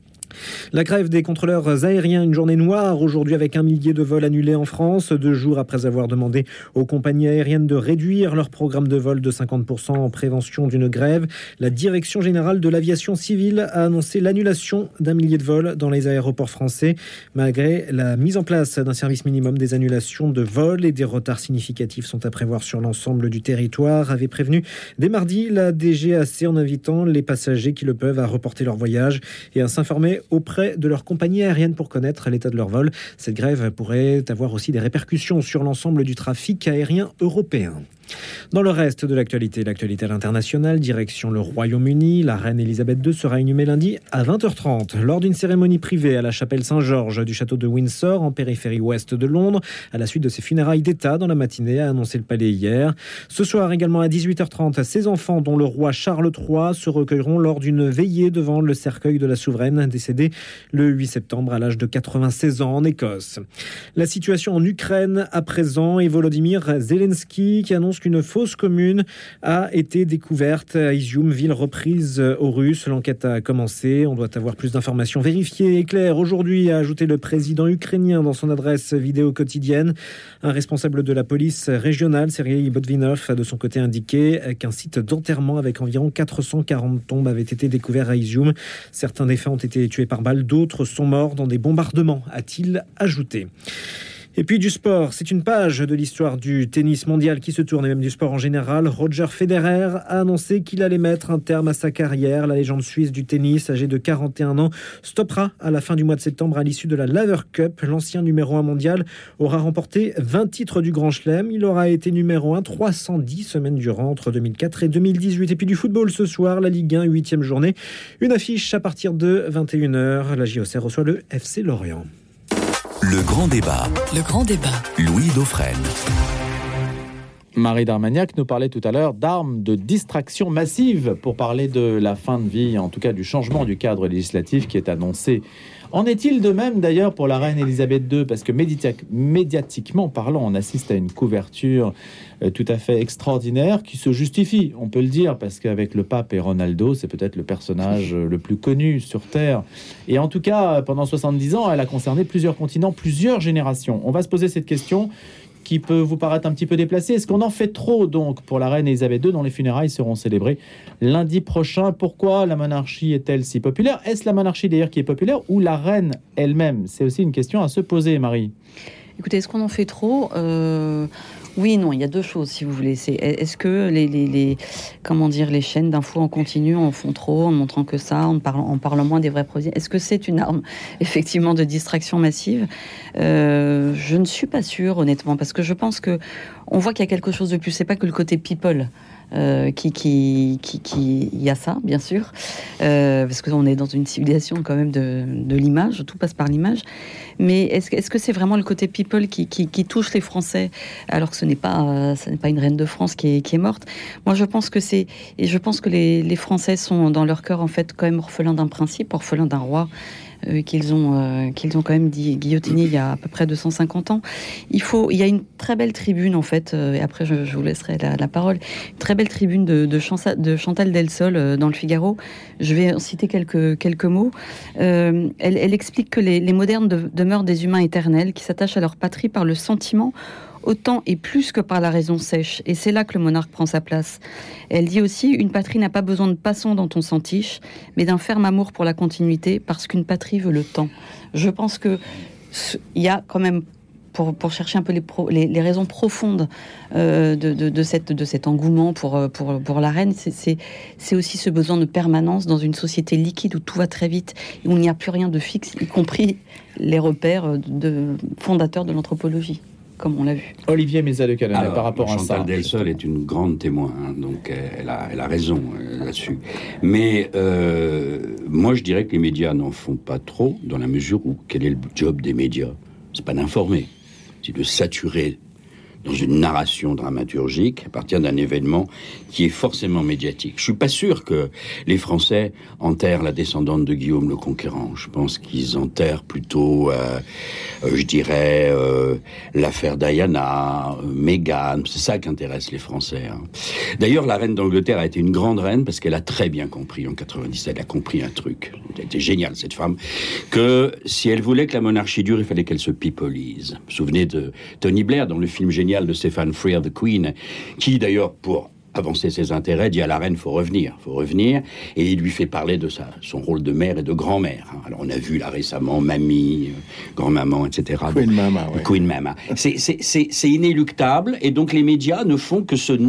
La grève des contrôleurs aériens, une journée noire aujourd'hui avec 1 millier de vols annulés en France, 2 jours après avoir demandé aux compagnies aériennes de réduire leur programme de vol de 50% en prévention d'une grève. La Direction générale de l'aviation civile a annoncé l'annulation d'1 millier de vols dans les aéroports français. Malgré la mise en place d'un service minimum, des annulations de vols et des retards significatifs sont à prévoir sur l'ensemble du territoire, avait prévenu dès mardi la DGAC en invitant les passagers qui le peuvent à reporter leur voyage et à s'informer auprès de leur compagnie aérienne pour connaître l'état de leur vol. Cette grève pourrait avoir aussi des répercussions sur l'ensemble du trafic aérien européen. Dans le reste de l'actualité à l'international, direction le Royaume-Uni, la reine Elisabeth II sera inhumée lundi à 20h30 lors d'une cérémonie privée à la chapelle Saint-Georges du château de Windsor en périphérie ouest de Londres, à la suite de ses funérailles d'État dans la matinée, a annoncé le palais hier. Ce soir également à 18h30, ses enfants, dont le roi Charles III, se recueilleront lors d'une veillée devant le cercueil de la souveraine décédée le 8 septembre à l'âge de 96 ans en Écosse. La situation en Ukraine à présent et Volodymyr Zelensky qui annonce qu'une fosse commune a été découverte à Izium, ville reprise aux Russes. L'enquête a commencé. On doit avoir plus d'informations vérifiées et claires aujourd'hui, a ajouté le président ukrainien dans son adresse vidéo quotidienne. Un responsable de la police régionale, Sergei Botvinov, a de son côté indiqué qu'un site d'enterrement avec environ 440 tombes avait été découvert à Izium. Certains défunts ont été tués par balle, d'autres sont morts dans des bombardements, a-t-il ajouté. Et puis du sport, c'est une page de l'histoire du tennis mondial qui se tourne et même du sport en général. Roger Federer a annoncé qu'il allait mettre un terme à sa carrière. La légende suisse du tennis, âgé de 41 ans, stoppera à la fin du mois de septembre à l'issue de la Laver Cup. L'ancien numéro 1 mondial aura remporté 20 titres du Grand Chelem. Il aura été numéro 1 310 semaines durant entre 2004 et 2018. Et puis du football ce soir, la Ligue 1, 8e journée. Une affiche à partir de 21h. La JOCR reçoit le FC Lorient. Le grand débat. Le grand débat. Louis Dauphren. Marie Darmagnac nous parlait tout à l'heure d'armes de distraction massive pour parler de la fin de vie, en tout cas du changement du cadre législatif qui est annoncé. En est-il de même d'ailleurs pour la reine Elisabeth II ? Parce que médiatiquement parlant, on assiste à une couverture tout à fait extraordinaire qui se justifie, on peut le dire, parce qu'avec le pape et Ronaldo, c'est peut-être le personnage le plus connu sur Terre. Et en tout cas, pendant 70 ans, elle a concerné plusieurs continents, plusieurs générations. On va se poser cette question qui peut vous paraître un petit peu déplacée. Est-ce qu'on en fait trop donc pour la reine Elisabeth II dont les funérailles seront célébrées lundi prochain ? Pourquoi la monarchie est-elle si populaire ? Est-ce la monarchie d'ailleurs qui est populaire ou la reine elle-même ? C'est aussi une question à se poser, Marie. Écoutez, est-ce qu'on en fait trop ? Oui, non, il y a deux choses, si vous voulez. Est-ce que les chaînes d'infos en continu en font trop, en montrant que ça, en parlant moins des vrais produits? Est-ce que c'est une arme, effectivement, de distraction massive? Je ne suis pas sûre, honnêtement, parce que je pense que on voit qu'il y a quelque chose de plus. C'est pas que le côté people. Il y a ça, bien sûr, parce qu'on est dans une civilisation quand même de l'image, tout passe par l'image. Mais est-ce que c'est vraiment le côté people qui touche les Français, alors que ce n'est pas une reine de France qui est morte? Moi, je pense que je pense que les Français sont dans leur cœur en fait quand même orphelins d'un principe, orphelins d'un roi. Qu'ils ont quand même guillotiné il y a à peu près 250 ans. Il y a une très belle tribune en fait, et après je vous laisserai la parole, une très belle tribune de Chantal Delsol dans le Figaro. Je vais en citer quelques mots. Elle explique que les modernes demeurent des humains éternels qui s'attachent à leur patrie par le sentiment autant et plus que par la raison sèche. Et c'est là que le monarque prend sa place. Elle dit aussi, une patrie n'a pas besoin de passants dont on s'entiche, mais d'un ferme amour pour la continuité, parce qu'une patrie veut le temps. Je pense que il y a quand même, pour chercher un peu les raisons profondes de cet engouement pour la reine, c'est aussi ce besoin de permanence dans une société liquide où tout va très vite, où il n'y a plus rien de fixe, y compris les repères fondateurs de l'anthropologie, comme on l'a vu. Olivier Mézat-Decalenay, par rapport à ça. Chantal Delsol est une grande témoin, donc elle a raison là-dessus. Mais moi, je dirais que les médias n'en font pas trop, dans la mesure où quel est le job des médias? C'est pas d'informer, c'est de saturer dans une narration dramaturgique à partir d'un événement qui est forcément médiatique. Je suis pas sûr que les Français enterrent la descendante de Guillaume le Conquérant. Je pense qu'ils enterrent plutôt, je dirais, l'affaire Diana, Meghan. C'est ça qui intéresse les Français. Hein. D'ailleurs, la reine d'Angleterre a été une grande reine parce qu'elle a très bien compris en 97. Elle a compris un truc. Elle était géniale, cette femme, que si elle voulait que la monarchie dure, il fallait qu'elle se pipolise. Vous vous souvenez de Tony Blair dans le film génial de Stephen Frear, The Queen, qui d'ailleurs, pour avancer ses intérêts, dit à la reine, faut revenir, et il lui fait parler de son rôle de mère et de grand-mère. Alors on a vu là récemment mamie, grand-maman, etc. Queen Mama, ouais. Queen Mama. C'est inéluctable, et donc les médias ne font que se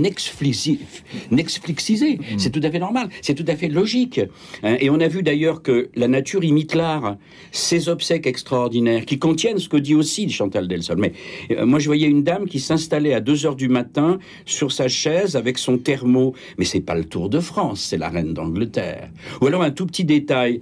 Netflixiser. C'est tout à fait normal, c'est tout à fait logique. Et on a vu d'ailleurs que la nature imite l'art, ces obsèques extraordinaires, qui contiennent ce que dit aussi Chantal Delsol. Mais moi je voyais une dame qui s'installait à 2h du matin sur sa chaise avec son thermo, mais c'est pas le Tour de France, c'est la reine d'Angleterre. Ou alors un tout petit détail,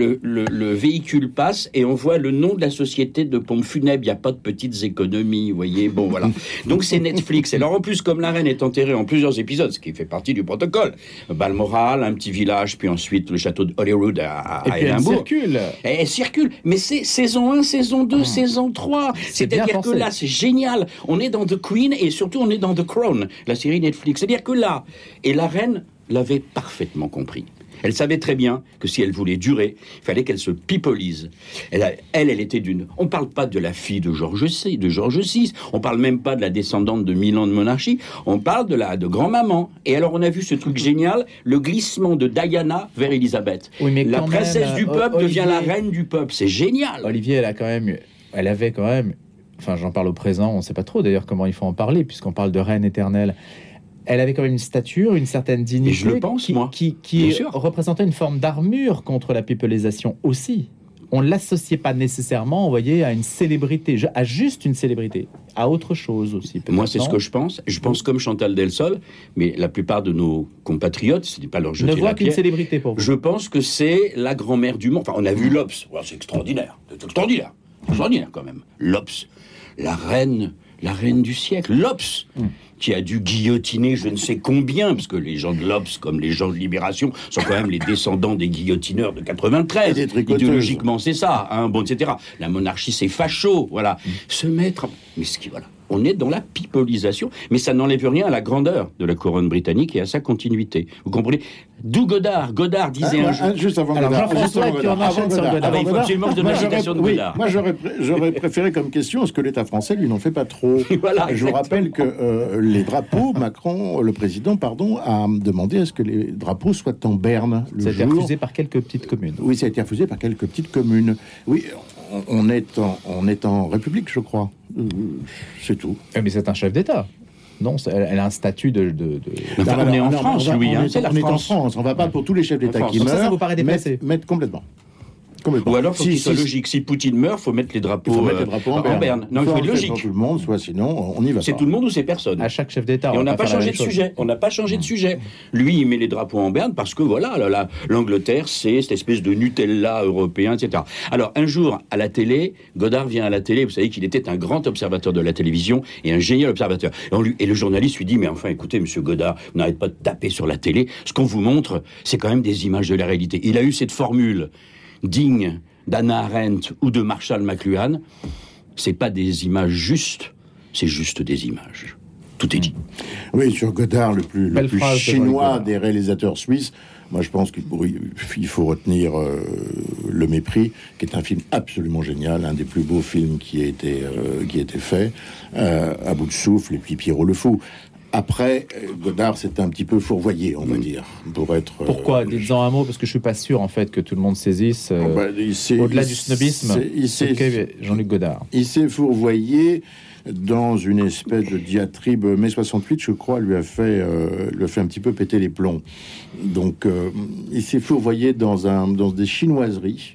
le véhicule passe et on voit le nom de la société de pompes funèbres, il n'y a pas de petites économies, vous voyez, bon voilà. Donc c'est Netflix. Et alors en plus, comme la reine est enterrée en plusieurs épisodes, ce qui fait partie du protocole, Balmoral, un petit village, puis ensuite le château de Holyrood à Édimbourg. Elle circule, mais c'est saison 1, saison 2, saison 3. C'est-à-dire que là, c'est génial. On est dans The Queen et surtout on est dans The Crown, la série Netflix. C'est-à-dire que là, et la reine l'avait parfaitement compris. Elle savait très bien que si elle voulait durer, il fallait qu'elle se pipolise. Elle était d'une... On ne parle pas de la fille de Georges VI, on ne parle même pas de la descendante de 1000 ans de monarchie, on parle de grand-maman. Et alors on a vu ce truc génial, le glissement de Diana vers Elisabeth. Oui, mais la princesse du peuple Olivier, devient la reine du peuple, c'est génial. Olivier, elle avait quand même... Enfin, j'en parle au présent, on ne sait pas trop d'ailleurs comment il faut en parler, puisqu'on parle de reine éternelle. Elle avait quand même une stature, une certaine dignité, je le pense, qui représentait une forme d'armure contre la pipolisation aussi. On ne l'associait pas nécessairement, vous voyez, à une célébrité, à juste une célébrité, à autre chose aussi. Moi, c'est ce que je pense. Je pense comme Chantal Delsol, mais la plupart de nos compatriotes, ce n'est pas leur jeter la pierre. Ne voient qu'une célébrité pour vous. Je pense que c'est la grand-mère du monde. Enfin, on a vu l'Obs. Ouais, c'est extraordinaire. C'est extraordinaire. Extraordinaire quand même. L'Obs. La reine du siècle. L'Obs. Qui a dû guillotiner je ne sais combien, parce que les gens de l'Obs, comme les gens de Libération, sont quand même les descendants des guillotineurs de 93. Idéologiquement, c'est ça, hein, bon, etc. La monarchie, c'est facho, voilà. Se mettre... Mais voilà. On est dans la pipolisation, mais ça n'enlève rien à la grandeur de la couronne britannique et à sa continuité. Vous comprenez? D'où Godard disait un jour... Juste avant Godard. Il faut absolument que je donne la citation de Godard. Moi, j'aurais préféré comme question, est-ce que l'État français, lui, n'en fait pas trop? Voilà, je vous rappelle que les drapeaux, le président, a demandé à ce que les drapeaux soient en berne. Ça a été refusé par quelques petites communes. Oui, ça a été refusé par quelques petites communes. Oui, on est en République, je crois. C'est tout. Mais c'est un chef d'État. Non, elle a un statut de... On est en France, Louis. On est en France. On ne va pas pour tous les chefs d'État qui meurent. Ça vous paraît déplacé. Mettre complètement. Ou alors, il faut qu'il soit logique. Si Poutine meurt, il faut mettre les drapeaux en berne. Non, il faut être logique. Soit tout le monde, soit sinon, on y va. C'est tout le monde ou c'est personne. À chaque chef d'État. Et on n'a pas changé de sujet. On n'a pas changé de sujet. Lui, il met les drapeaux en berne parce que voilà, l'Angleterre, c'est cette espèce de Nutella européen, etc. Alors, un jour, à la télé, Godard vient à la télé. Vous savez qu'il était un grand observateur de la télévision et un génial observateur. Et le journaliste lui dit, mais enfin, écoutez, monsieur Godard, vous n'arrêtez pas de taper sur la télé. Ce qu'on vous montre, c'est quand même des images de la réalité. Il a eu cette formule digne d'Hannah Arendt ou de Marshall McLuhan, c'est pas des images justes, c'est juste des images. Tout est dit. Oui, sur Godard, le plus chinois des réalisateurs suisses, moi je pense qu'il faut retenir Le Mépris, qui est un film absolument génial, un des plus beaux films qui a été fait, À bout de souffle, et puis Pierrot le Fou. Après, Godard s'est un petit peu fourvoyé, on va dire, pour être... Pourquoi ? Dites-en un mot, parce que je suis pas sûr, en fait, que tout le monde saisisse, au-delà du snobisme, qu'est Jean-Luc Godard. Il s'est fourvoyé dans une espèce de diatribe. Mai 68, je crois, lui a fait un petit peu péter les plombs. Donc, il s'est fourvoyé dans des chinoiseries,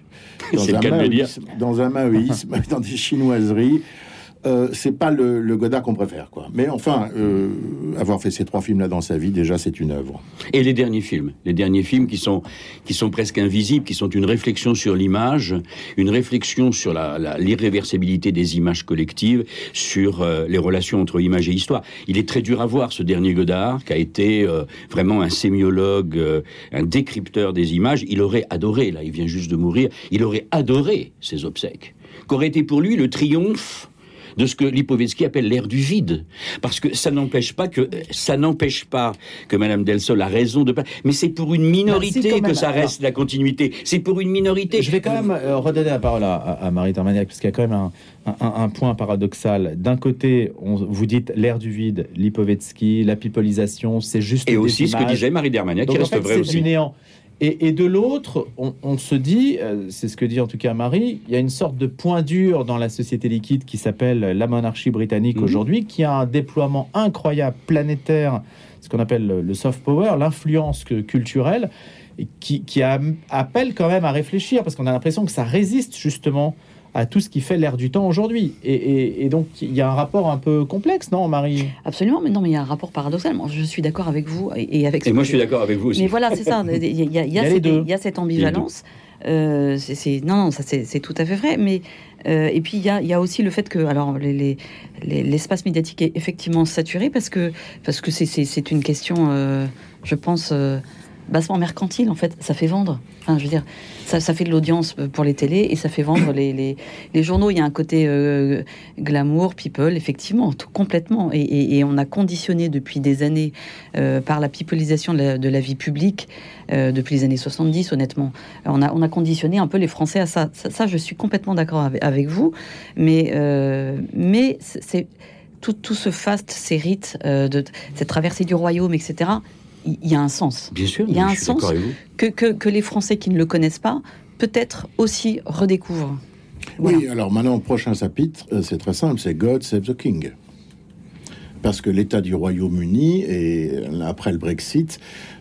dans un maoïsme, dans des chinoiseries. C'est pas le Godard qu'on préfère, quoi. Mais enfin, avoir fait ces 3 films-là dans sa vie, déjà, c'est une œuvre. Et les derniers films qui sont presque invisibles, qui sont une réflexion sur l'image, une réflexion sur l'irréversibilité des images collectives, sur les relations entre image et histoire. Il est très dur à voir, ce dernier Godard, qui a été vraiment un sémiologue, un décrypteur des images. Il aurait adoré, là, il vient juste de mourir, il aurait adoré ses obsèques. Qu'aurait été pour lui le triomphe de ce que Lipovetsky appelle l'ère du vide, parce que ça n'empêche pas que Madame Delsol a raison de pas, mais c'est pour une minorité que ça reste la continuité. C'est pour une minorité. Je vais quand même redonner la parole à Marie Darmaniak, parce qu'il y a quand même un point paradoxal. D'un côté, vous dites l'ère du vide, Lipovetsky, la pipolisation, c'est juste et des aussi images. Ce que disait Marie Darmaniak, qui reste vrai aussi. C'est du néant. Et de l'autre, on se dit, c'est ce que dit en tout cas Marie, il y a une sorte de point dur dans la société liquide qui s'appelle la monarchie britannique aujourd'hui, qui a un déploiement incroyable, planétaire, ce qu'on appelle le soft power, l'influence culturelle, qui appelle quand même à réfléchir, parce qu'on a l'impression que ça résiste justement à tout ce qui fait l'air du temps aujourd'hui. Et donc, il y a un rapport un peu complexe, non, Marie ? Absolument, mais il y a un rapport paradoxal. Je suis d'accord avec vous. Et moi, je suis d'accord avec vous aussi. Mais voilà, c'est ça. Il y a cette ambivalence. C'est tout à fait vrai. Mais, et puis, il y a aussi le fait que l'espace médiatique est effectivement saturé parce que c'est une question, je pense... bassement mercantile, en fait, ça fait vendre. Enfin, je veux dire, ça fait de l'audience pour les télés et ça fait vendre les journaux. Il y a un côté glamour, people, effectivement, complètement. Et on a conditionné depuis des années par la peopleisation de la vie publique, depuis les années 70, honnêtement. On a conditionné un peu les Français à ça. Ça, je suis complètement d'accord avec vous. Mais c'est tout ce faste, ces rites, de cette traversée du royaume, etc., il y a un sens. Bien sûr, il y a un sens que les Français qui ne le connaissent pas, peut-être aussi redécouvrent. Voilà. Oui, alors maintenant, prochain chapitre, c'est très simple, c'est God Save the King. Parce que l'état du Royaume-Uni, après le Brexit,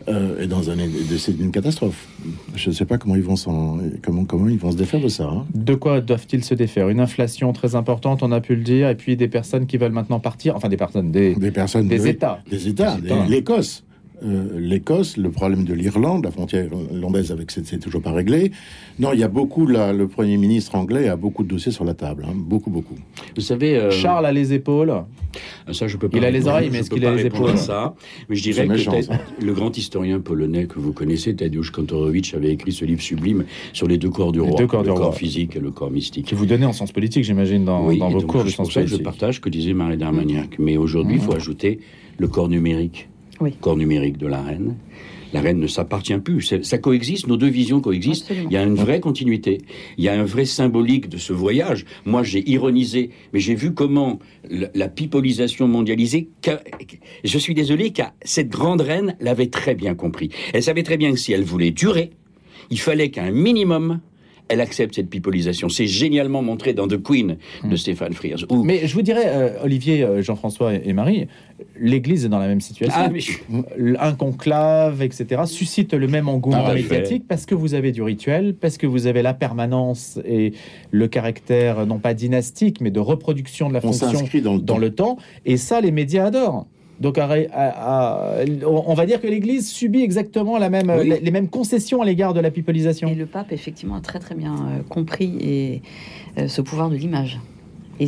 c'est une catastrophe. Je ne sais pas comment ils vont se défaire de ça. Hein. De quoi doivent-ils se défaire ? Une inflation très importante, on a pu le dire, et puis des personnes qui veulent maintenant partir, enfin des États. Des États, l'Écosse. L'Écosse, le problème de l'Irlande, la frontière irlandaise c'est toujours pas réglé. Non, il y a beaucoup, le Premier ministre anglais a beaucoup de dossiers sur la table, hein, beaucoup. Vous savez, Charles a les épaules. Ça, je peux pas. Il a les oreilles, mais est-ce qu'il a les épaules ? Ça, mais je dirais que le grand historien polonais que vous connaissez, Tadeusz Kantorowicz, avait écrit ce livre sublime sur les 2 corps du roi, le corps physique et le corps mystique. Que vous donnez en sciences politiques, j'imagine, dans vos cours de sciences politiques. Je partage ce que disait Marie Darmaniak. Mais aujourd'hui, il faut ajouter le corps numérique. Oui. Corps numérique de la reine. La reine ne s'appartient plus. Ça coexiste, nos deux visions coexistent. Absolument. Il y a une vraie continuité. Il y a un vrai symbolique de ce voyage. Moi, j'ai ironisé, mais j'ai vu comment la pipolisation mondialisée, je suis désolé, car cette grande reine l'avait très bien compris. Elle savait très bien que si elle voulait durer, il fallait qu'un minimum, elle accepte cette pipolisation. C'est génialement montré dans The Queen de Stéphane Frears. Mais je vous dirais, Olivier, Jean-François et Marie, l'Église est dans la même situation. Un conclave, etc., suscite le même engouement médiatique parce que vous avez du rituel, parce que vous avez la permanence et le caractère, non pas dynastique, mais de reproduction de la fonction dans le temps. Et ça, les médias adorent. Donc, on va dire que l'Église subit exactement les mêmes concessions à l'égard de la pipolisation. Et le pape, effectivement, a très très bien compris ce pouvoir de l'image. Et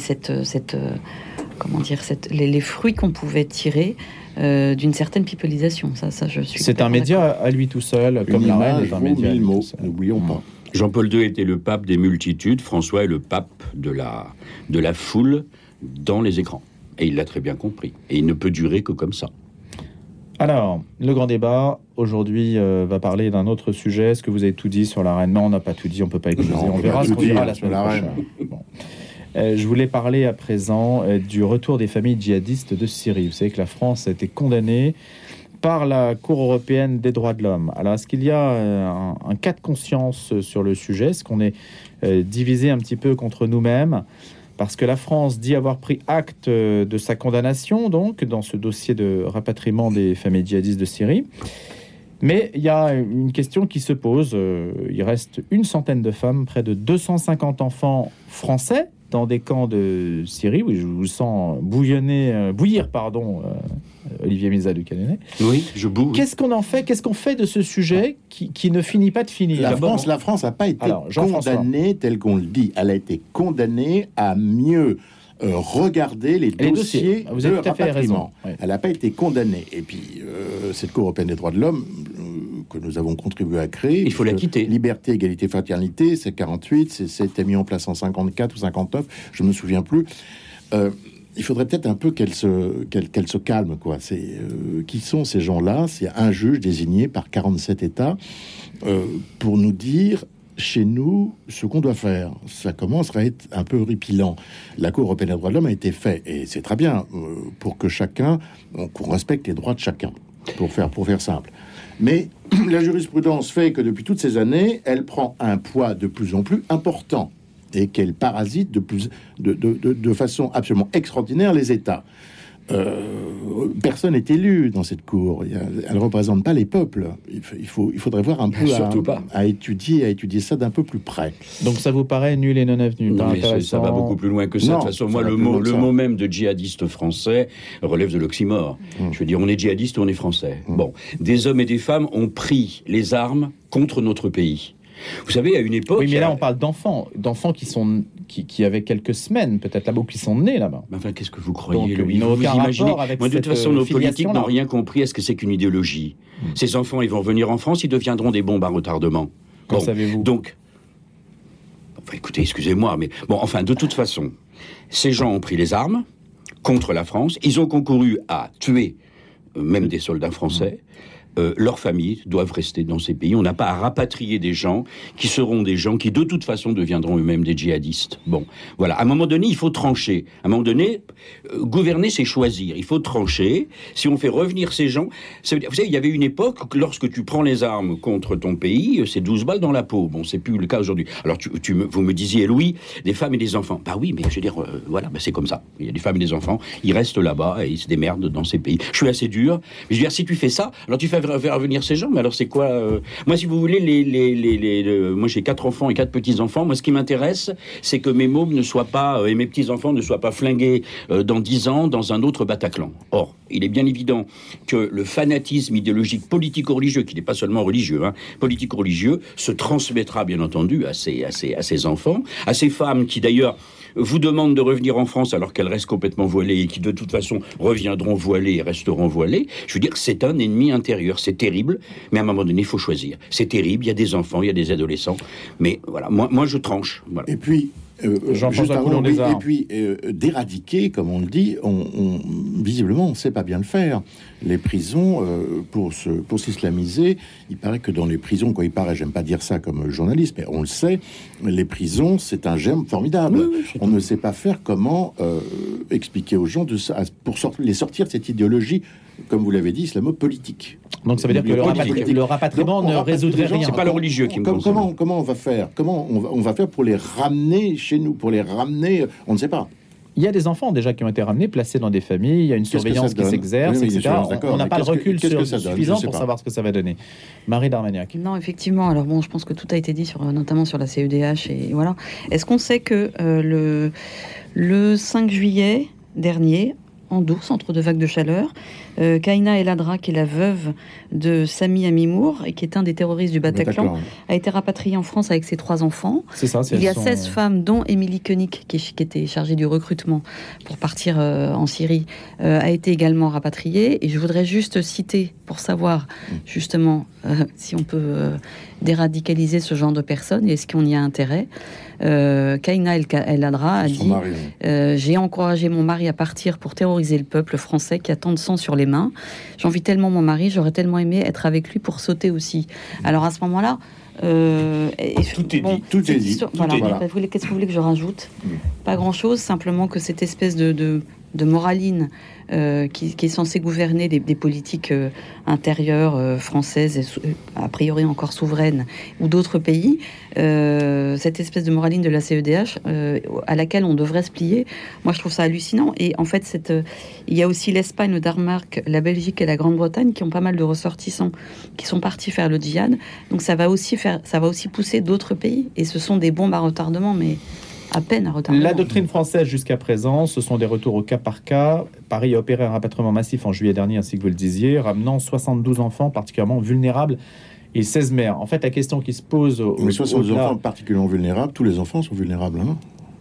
les fruits qu'on pouvait tirer d'une certaine pipolisation. Ça, je suis. C'est un média à lui tout seul, comme la reine est un média à lui tout seul. N'oublions pas. Jean-Paul II était le pape des multitudes, François est le pape de la foule dans les écrans. Et il l'a très bien compris. Et il ne peut durer que comme ça. Alors, le grand débat, aujourd'hui, va parler d'un autre sujet. Est-ce que vous avez tout dit sur la reine? Non, on n'a pas tout dit, on ne peut pas écouter. On verra ce qu'on dira la semaine prochaine. Bon. Je voulais parler à présent du retour des familles djihadistes de Syrie. Vous savez que la France a été condamnée par la Cour européenne des droits de l'homme. Alors, est-ce qu'il y a un cas de conscience sur le sujet? Est-ce qu'on est divisé un petit peu contre nous-mêmes? Parce que la France dit avoir pris acte de sa condamnation, donc, dans ce dossier de rapatriement des familles djihadistes de Syrie. Mais il y a une question qui se pose. Il reste une centaine de femmes, près de 250 enfants français dans des camps de Syrie. Oui, je vous sens bouillir, Olivier Miza du Canet. Oui, je bouille. Qu'est-ce qu'on en fait? Qu'est-ce qu'on fait de ce sujet qui ne finit pas de finir? La France n'a pas été condamnée tel qu'on le dit. Elle a été condamnée à mieux regarder les dossiers Vous avez tout à fait raison. Oui. Elle n'a pas été condamnée. Et puis, cette Cour européenne des droits de l'homme que nous avons contribué à créer... Il faut la quitter. Liberté, égalité, fraternité, c'est 48, c'était mis en place en 54 ou 59, je ne me souviens plus. Il faudrait peut-être un peu qu'elle se calme, quoi. Qui sont ces gens-là? C'est un juge désigné par 47 États pour nous dire... chez nous, ce qu'on doit faire, ça commence à être un peu horripilant. La Cour européenne des droits de l'homme a été faite, et c'est très bien, pour que qu'on respecte les droits de chacun, pour faire simple. Mais la jurisprudence fait que depuis toutes ces années, elle prend un poids de plus en plus important, et qu'elle parasite de façon absolument extraordinaire les États. Personne n'est élu dans cette cour. Elle ne représente pas les peuples. Il faudrait voir un peu à étudier ça d'un peu plus près. Donc ça vous paraît nul et non avenu? Non, mais ça va beaucoup plus loin que ça. De toute façon, moi, le mot même de djihadiste français relève de l'oxymore. Je veux dire, on est djihadiste ou on est français. Bon, des hommes et des femmes ont pris les armes contre notre pays. Vous savez, à une époque... Oui, mais là, on parle d'enfants qui avaient quelques semaines, peut-être là-bas, ou qui sont nés là-bas. Enfin, qu'est-ce que vous croyez, Donc, il n'a aucun rapport avec moi, de toute façon, nos politiques n'ont rien compris à ce que c'est qu'une idéologie. Ces enfants, ils vont venir en France, ils deviendront des bombes à retardement. Comment savez-vous? Donc... Enfin, écoutez, excusez-moi, mais... Bon, enfin, de toute façon, ces gens ont pris les armes contre la France, ils ont concouru à tuer même des soldats français. Leurs familles doivent rester dans ces pays. On n'a pas à rapatrier des gens qui seront des gens qui, de toute façon, deviendront eux-mêmes des djihadistes. Bon, voilà. À un moment donné, il faut trancher. À un moment donné, gouverner, c'est choisir. Il faut trancher. Si on fait revenir ces gens... Ça veut dire, vous savez, il y avait une époque, lorsque tu prends les armes contre ton pays, c'est 12 balles dans la peau. Bon, c'est plus le cas aujourd'hui. Alors, vous me disiez, Louis, des femmes et des enfants. Bah oui, mais je veux dire, voilà, c'est comme ça. Il y a des femmes et des enfants, ils restent là-bas et ils se démerdent dans ces pays. Je suis assez dur. Mais je veux dire, si tu fais ça, alors tu fais faire revenir ces gens, mais alors c'est quoi Moi, si vous voulez, moi j'ai 4 enfants et 4 petits-enfants. Moi, ce qui m'intéresse, c'est que mes mômes ne soient pas, et mes petits-enfants ne soient pas flingués dans 10 ans dans un autre Bataclan. Or, il est bien évident que le fanatisme idéologique politico-religieux, qui n'est pas seulement religieux, politico-religieux, se transmettra bien entendu à ces enfants, à ces femmes qui d'ailleurs vous demandent de revenir en France alors qu'elles restent complètement voilées et qui de toute façon reviendront voilées et resteront voilées. Je veux dire, c'est un ennemi intérieur, c'est terrible, mais à un moment donné, il faut choisir. C'est terrible, il y a des enfants, il y a des adolescents, mais voilà, moi je tranche. Voilà. Et puis, d'éradiquer, comme on le dit, visiblement, on ne sait pas bien le faire. Les prisons, pour s'islamiser, il paraît que dans les prisons, j'aime pas dire ça comme journaliste, mais on le sait, les prisons, c'est un germe formidable. Oui, on ne sait pas faire comment expliquer aux gens pour les sortir de cette idéologie, comme vous l'avez dit, islamo-politique. Donc ça veut dire que le rapatriement ne résoudrait rien. C'est pas le religieux qui me concerne. Comment on va faire? Comment on va faire pour les ramener chez nous? Pour les ramener, on ne sait pas. Il y a des enfants déjà qui ont été ramenés, placés dans des familles, il y a une surveillance qui s'exerce, etc. On n'a pas le recul suffisant pour savoir ce que ça va donner. Marie Darmaniak. Non, effectivement. Alors bon, je pense que tout a été dit, notamment sur la CEDH. Et voilà. Est-ce qu'on sait que le 5 juillet dernier, en Dours, entre deux vagues de chaleur, Kaina El Adra, qui est la veuve de Sami Amimour et qui est un des terroristes du Bataclan, a été rapatriée en France avec ses 3 enfants. C'est ça, il y a 16 femmes, dont Émilie Koenig, qui était chargée du recrutement pour partir en Syrie, a été également rapatriée. Et je voudrais juste citer, pour savoir justement si on peut déradicaliser ce genre de personnes et est-ce qu'on y a intérêt. Kaina El Adra a dit j'ai encouragé mon mari à partir pour terroriser le peuple français qui a tant de sang sur les mains. J'envie tellement mon mari, j'aurais tellement aimé être avec lui pour sauter aussi. Alors à ce moment-là, tout est dit. Voilà. Qu'est-ce que vous voulez que je rajoute? Pas grand-chose, simplement que cette espèce de moraline qui est censée gouverner des politiques intérieures françaises et a priori encore souveraines ou d'autres pays, cette espèce de moraline de la CEDH à laquelle on devrait se plier, moi je trouve ça hallucinant. Et en fait il y a aussi l'Espagne, le Danemark, la Belgique et la Grande-Bretagne qui ont pas mal de ressortissants qui sont partis faire le djihad, donc ça va aussi pousser d'autres pays, et ce sont des bombes à retardement, mais à peine à retardement. La doctrine française jusqu'à présent, ce sont des retours au cas par cas. Paris a opéré un rapatriement massif en juillet dernier, ainsi que vous le disiez, ramenant 72 enfants particulièrement vulnérables et 16 mères. En fait, la question qui se pose... Mais 72 enfants particulièrement vulnérables, tous les enfants sont vulnérables, hein.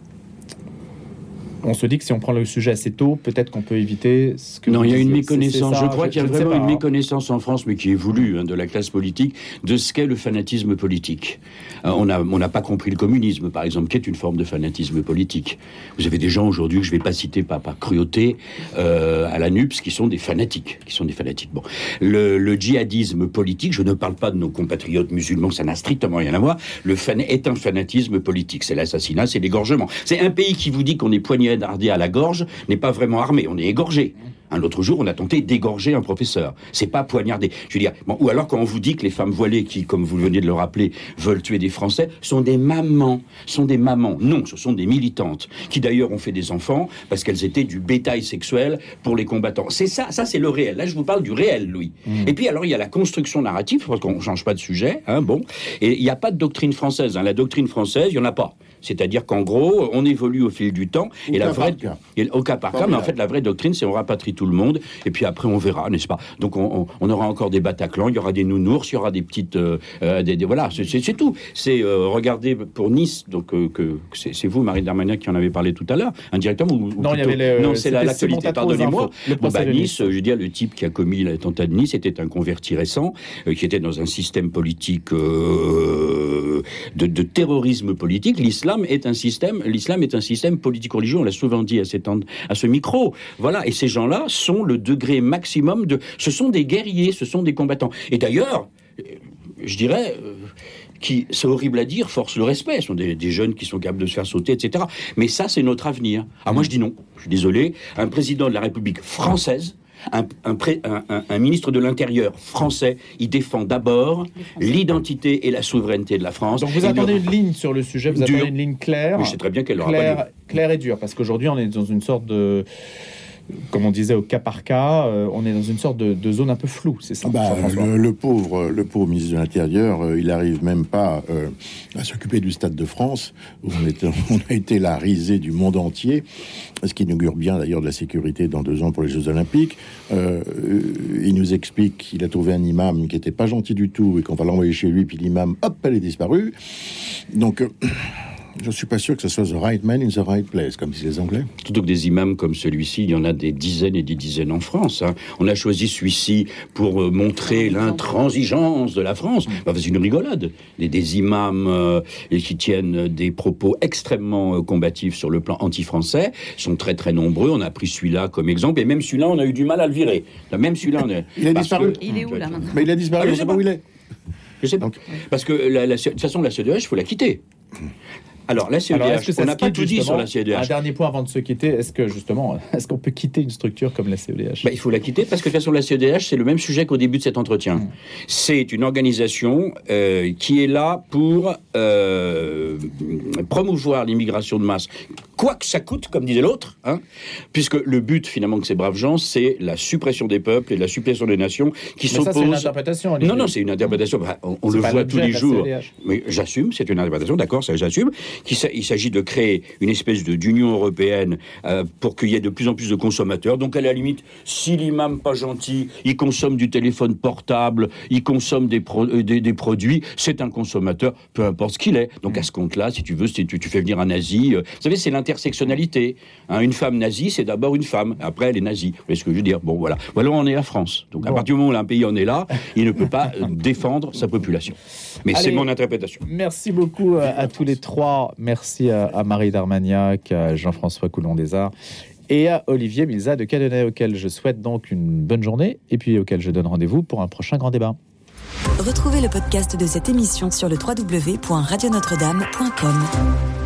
On se dit que si on prend le sujet assez tôt, peut-être qu'on peut éviter ce que... Non, il y a une méconnaissance. Je crois qu'il y a vraiment une méconnaissance en France, mais qui est voulue, de la classe politique, de ce qu'est le fanatisme politique. On n'a pas compris le communisme, par exemple, qui est une forme de fanatisme politique. Vous avez des gens aujourd'hui, que je ne vais pas citer par cruauté, à la NUPS, qui sont des fanatiques. Bon. Le djihadisme politique, je ne parle pas de nos compatriotes musulmans, ça n'a strictement rien à voir. Est un fanatisme politique. C'est l'assassinat, c'est l'égorgement. C'est un pays qui vous dit qu'on est poignardé à la gorge, n'est pas vraiment armé, on est égorgé. L'autre jour, on a tenté d'égorger un professeur. C'est pas poignarder. Je veux dire, ou alors quand on vous dit que les femmes voilées qui, comme vous venez de le rappeler, veulent tuer des Français, sont des mamans. Non, ce sont des militantes, qui d'ailleurs ont fait des enfants parce qu'elles étaient du bétail sexuel pour les combattants. C'est ça c'est le réel. Là, je vous parle du réel, Louis. Et puis alors, il y a la construction narrative, parce qu'on change pas de sujet, et il n'y a pas de doctrine française. La doctrine française, il y en a pas. C'est-à-dire qu'en gros, on évolue au fil du temps. Au cas par cas, mais en fait, la vraie doctrine, c'est on rapatrie tout le monde, et puis après, on verra, n'est-ce pas? Donc, on aura encore des Bataclans, il y aura des nounours, il y aura des petites... voilà, c'est tout. C'est, regardez, pour Nice, donc c'est vous, Marie Darmaniak, qui en avez parlé tout à l'heure, indirectement, ou non, plutôt, non, c'est l'actualité, pardonnez-moi. Nice, je veux dire, le type qui a commis l'attentat de Nice était un converti récent, qui était dans un système politique de terrorisme politique. L'islam est un système politique-religieux, on l'a souvent dit à ce micro. Voilà, et ces gens-là sont le degré maximum ce sont des guerriers, ce sont des combattants. Et d'ailleurs, je dirais... c'est horrible à dire, force le respect, ce sont des jeunes qui sont capables de se faire sauter, etc. Mais ça, c'est notre avenir. Moi, je dis non, je suis désolé. Un président de la République française, un ministre de l'Intérieur français, il défend d'abord l'identité et la souveraineté de la France. Donc vous attendez une ligne sur le sujet, vous attendez une ligne claire. Mais je sais très bien qu'elle aura pas claire et dure, parce qu'aujourd'hui, on est dans une sorte de... Comme on disait, au cas par cas, on est dans une sorte de zone un peu floue, c'est ça? Le pauvre ministre de l'Intérieur, il n'arrive même pas à s'occuper du Stade de France, où on a été la risée du monde entier, ce qui inaugure bien d'ailleurs de la sécurité dans 2 ans pour les Jeux Olympiques. Il nous explique qu'il a trouvé un imam qui n'était pas gentil du tout et qu'on va l'envoyer chez lui, puis l'imam, hop, elle est disparue. Donc... je ne suis pas sûr que ce soit the right man in the right place, comme disent les Anglais. Plutôt que des imams comme celui-ci, il y en a des dizaines et des dizaines en France. On a choisi celui-ci pour montrer l'intransigeance de la France. C'est une rigolade. Des imams qui tiennent des propos extrêmement combatifs sur le plan anti-français sont très très nombreux. On a pris celui-là comme exemple, et même celui-là, on a eu du mal à le virer. Même celui-là, il a disparu. Il est où là maintenant? Mais il a disparu, je ne sais pas où il est. Je sais pas. Parce que de toute façon, la CEDH, il faut la quitter. Alors, la CEDH, on n'a pas tout dit sur la CEDH. Un dernier point avant de se quitter, est-ce qu'on peut quitter une structure comme la CEDH ? Il faut la quitter parce que de toute façon, la CEDH, c'est le même sujet qu'au début de cet entretien. C'est une organisation qui est là pour promouvoir l'immigration de masse, quoi que ça coûte, comme disait l'autre, puisque le but, finalement, de ces braves gens, c'est la suppression des peuples et la suppression des nations qui s'opposent... Mais ça, c'est une interprétation. Non, c'est une interprétation. On le voit tous les jours. Mais j'assume, c'est une interprétation, d'accord, ça j'assume. Il s'agit de créer une espèce d'union européenne pour qu'il y ait de plus en plus de consommateurs. Donc, à la limite, si l'imam pas gentil, il consomme du téléphone portable, il consomme des produits, c'est un consommateur, peu importe ce qu'il est. Donc, à ce compte-là, si tu veux, si tu fais venir un nazi... vous savez, c'est l'intersectionnalité. Une femme nazie, c'est d'abord une femme. Après, elle est nazie. Vous voyez ce que je veux dire ? Bon, voilà. Voilà, on est la France. Donc, à partir du moment où un pays en est là, il ne peut pas défendre sa population. Mais c'est mon interprétation. Merci beaucoup à tous les trois. Merci à Marie d'Armagnac, à Jean-François Coulon-Desarts et à Olivier Milza de Cadenet, auquel je souhaite donc une bonne journée et puis auquel je donne rendez-vous pour un prochain grand débat. Retrouvez le podcast de cette émission sur le www.radionotre-dame.com.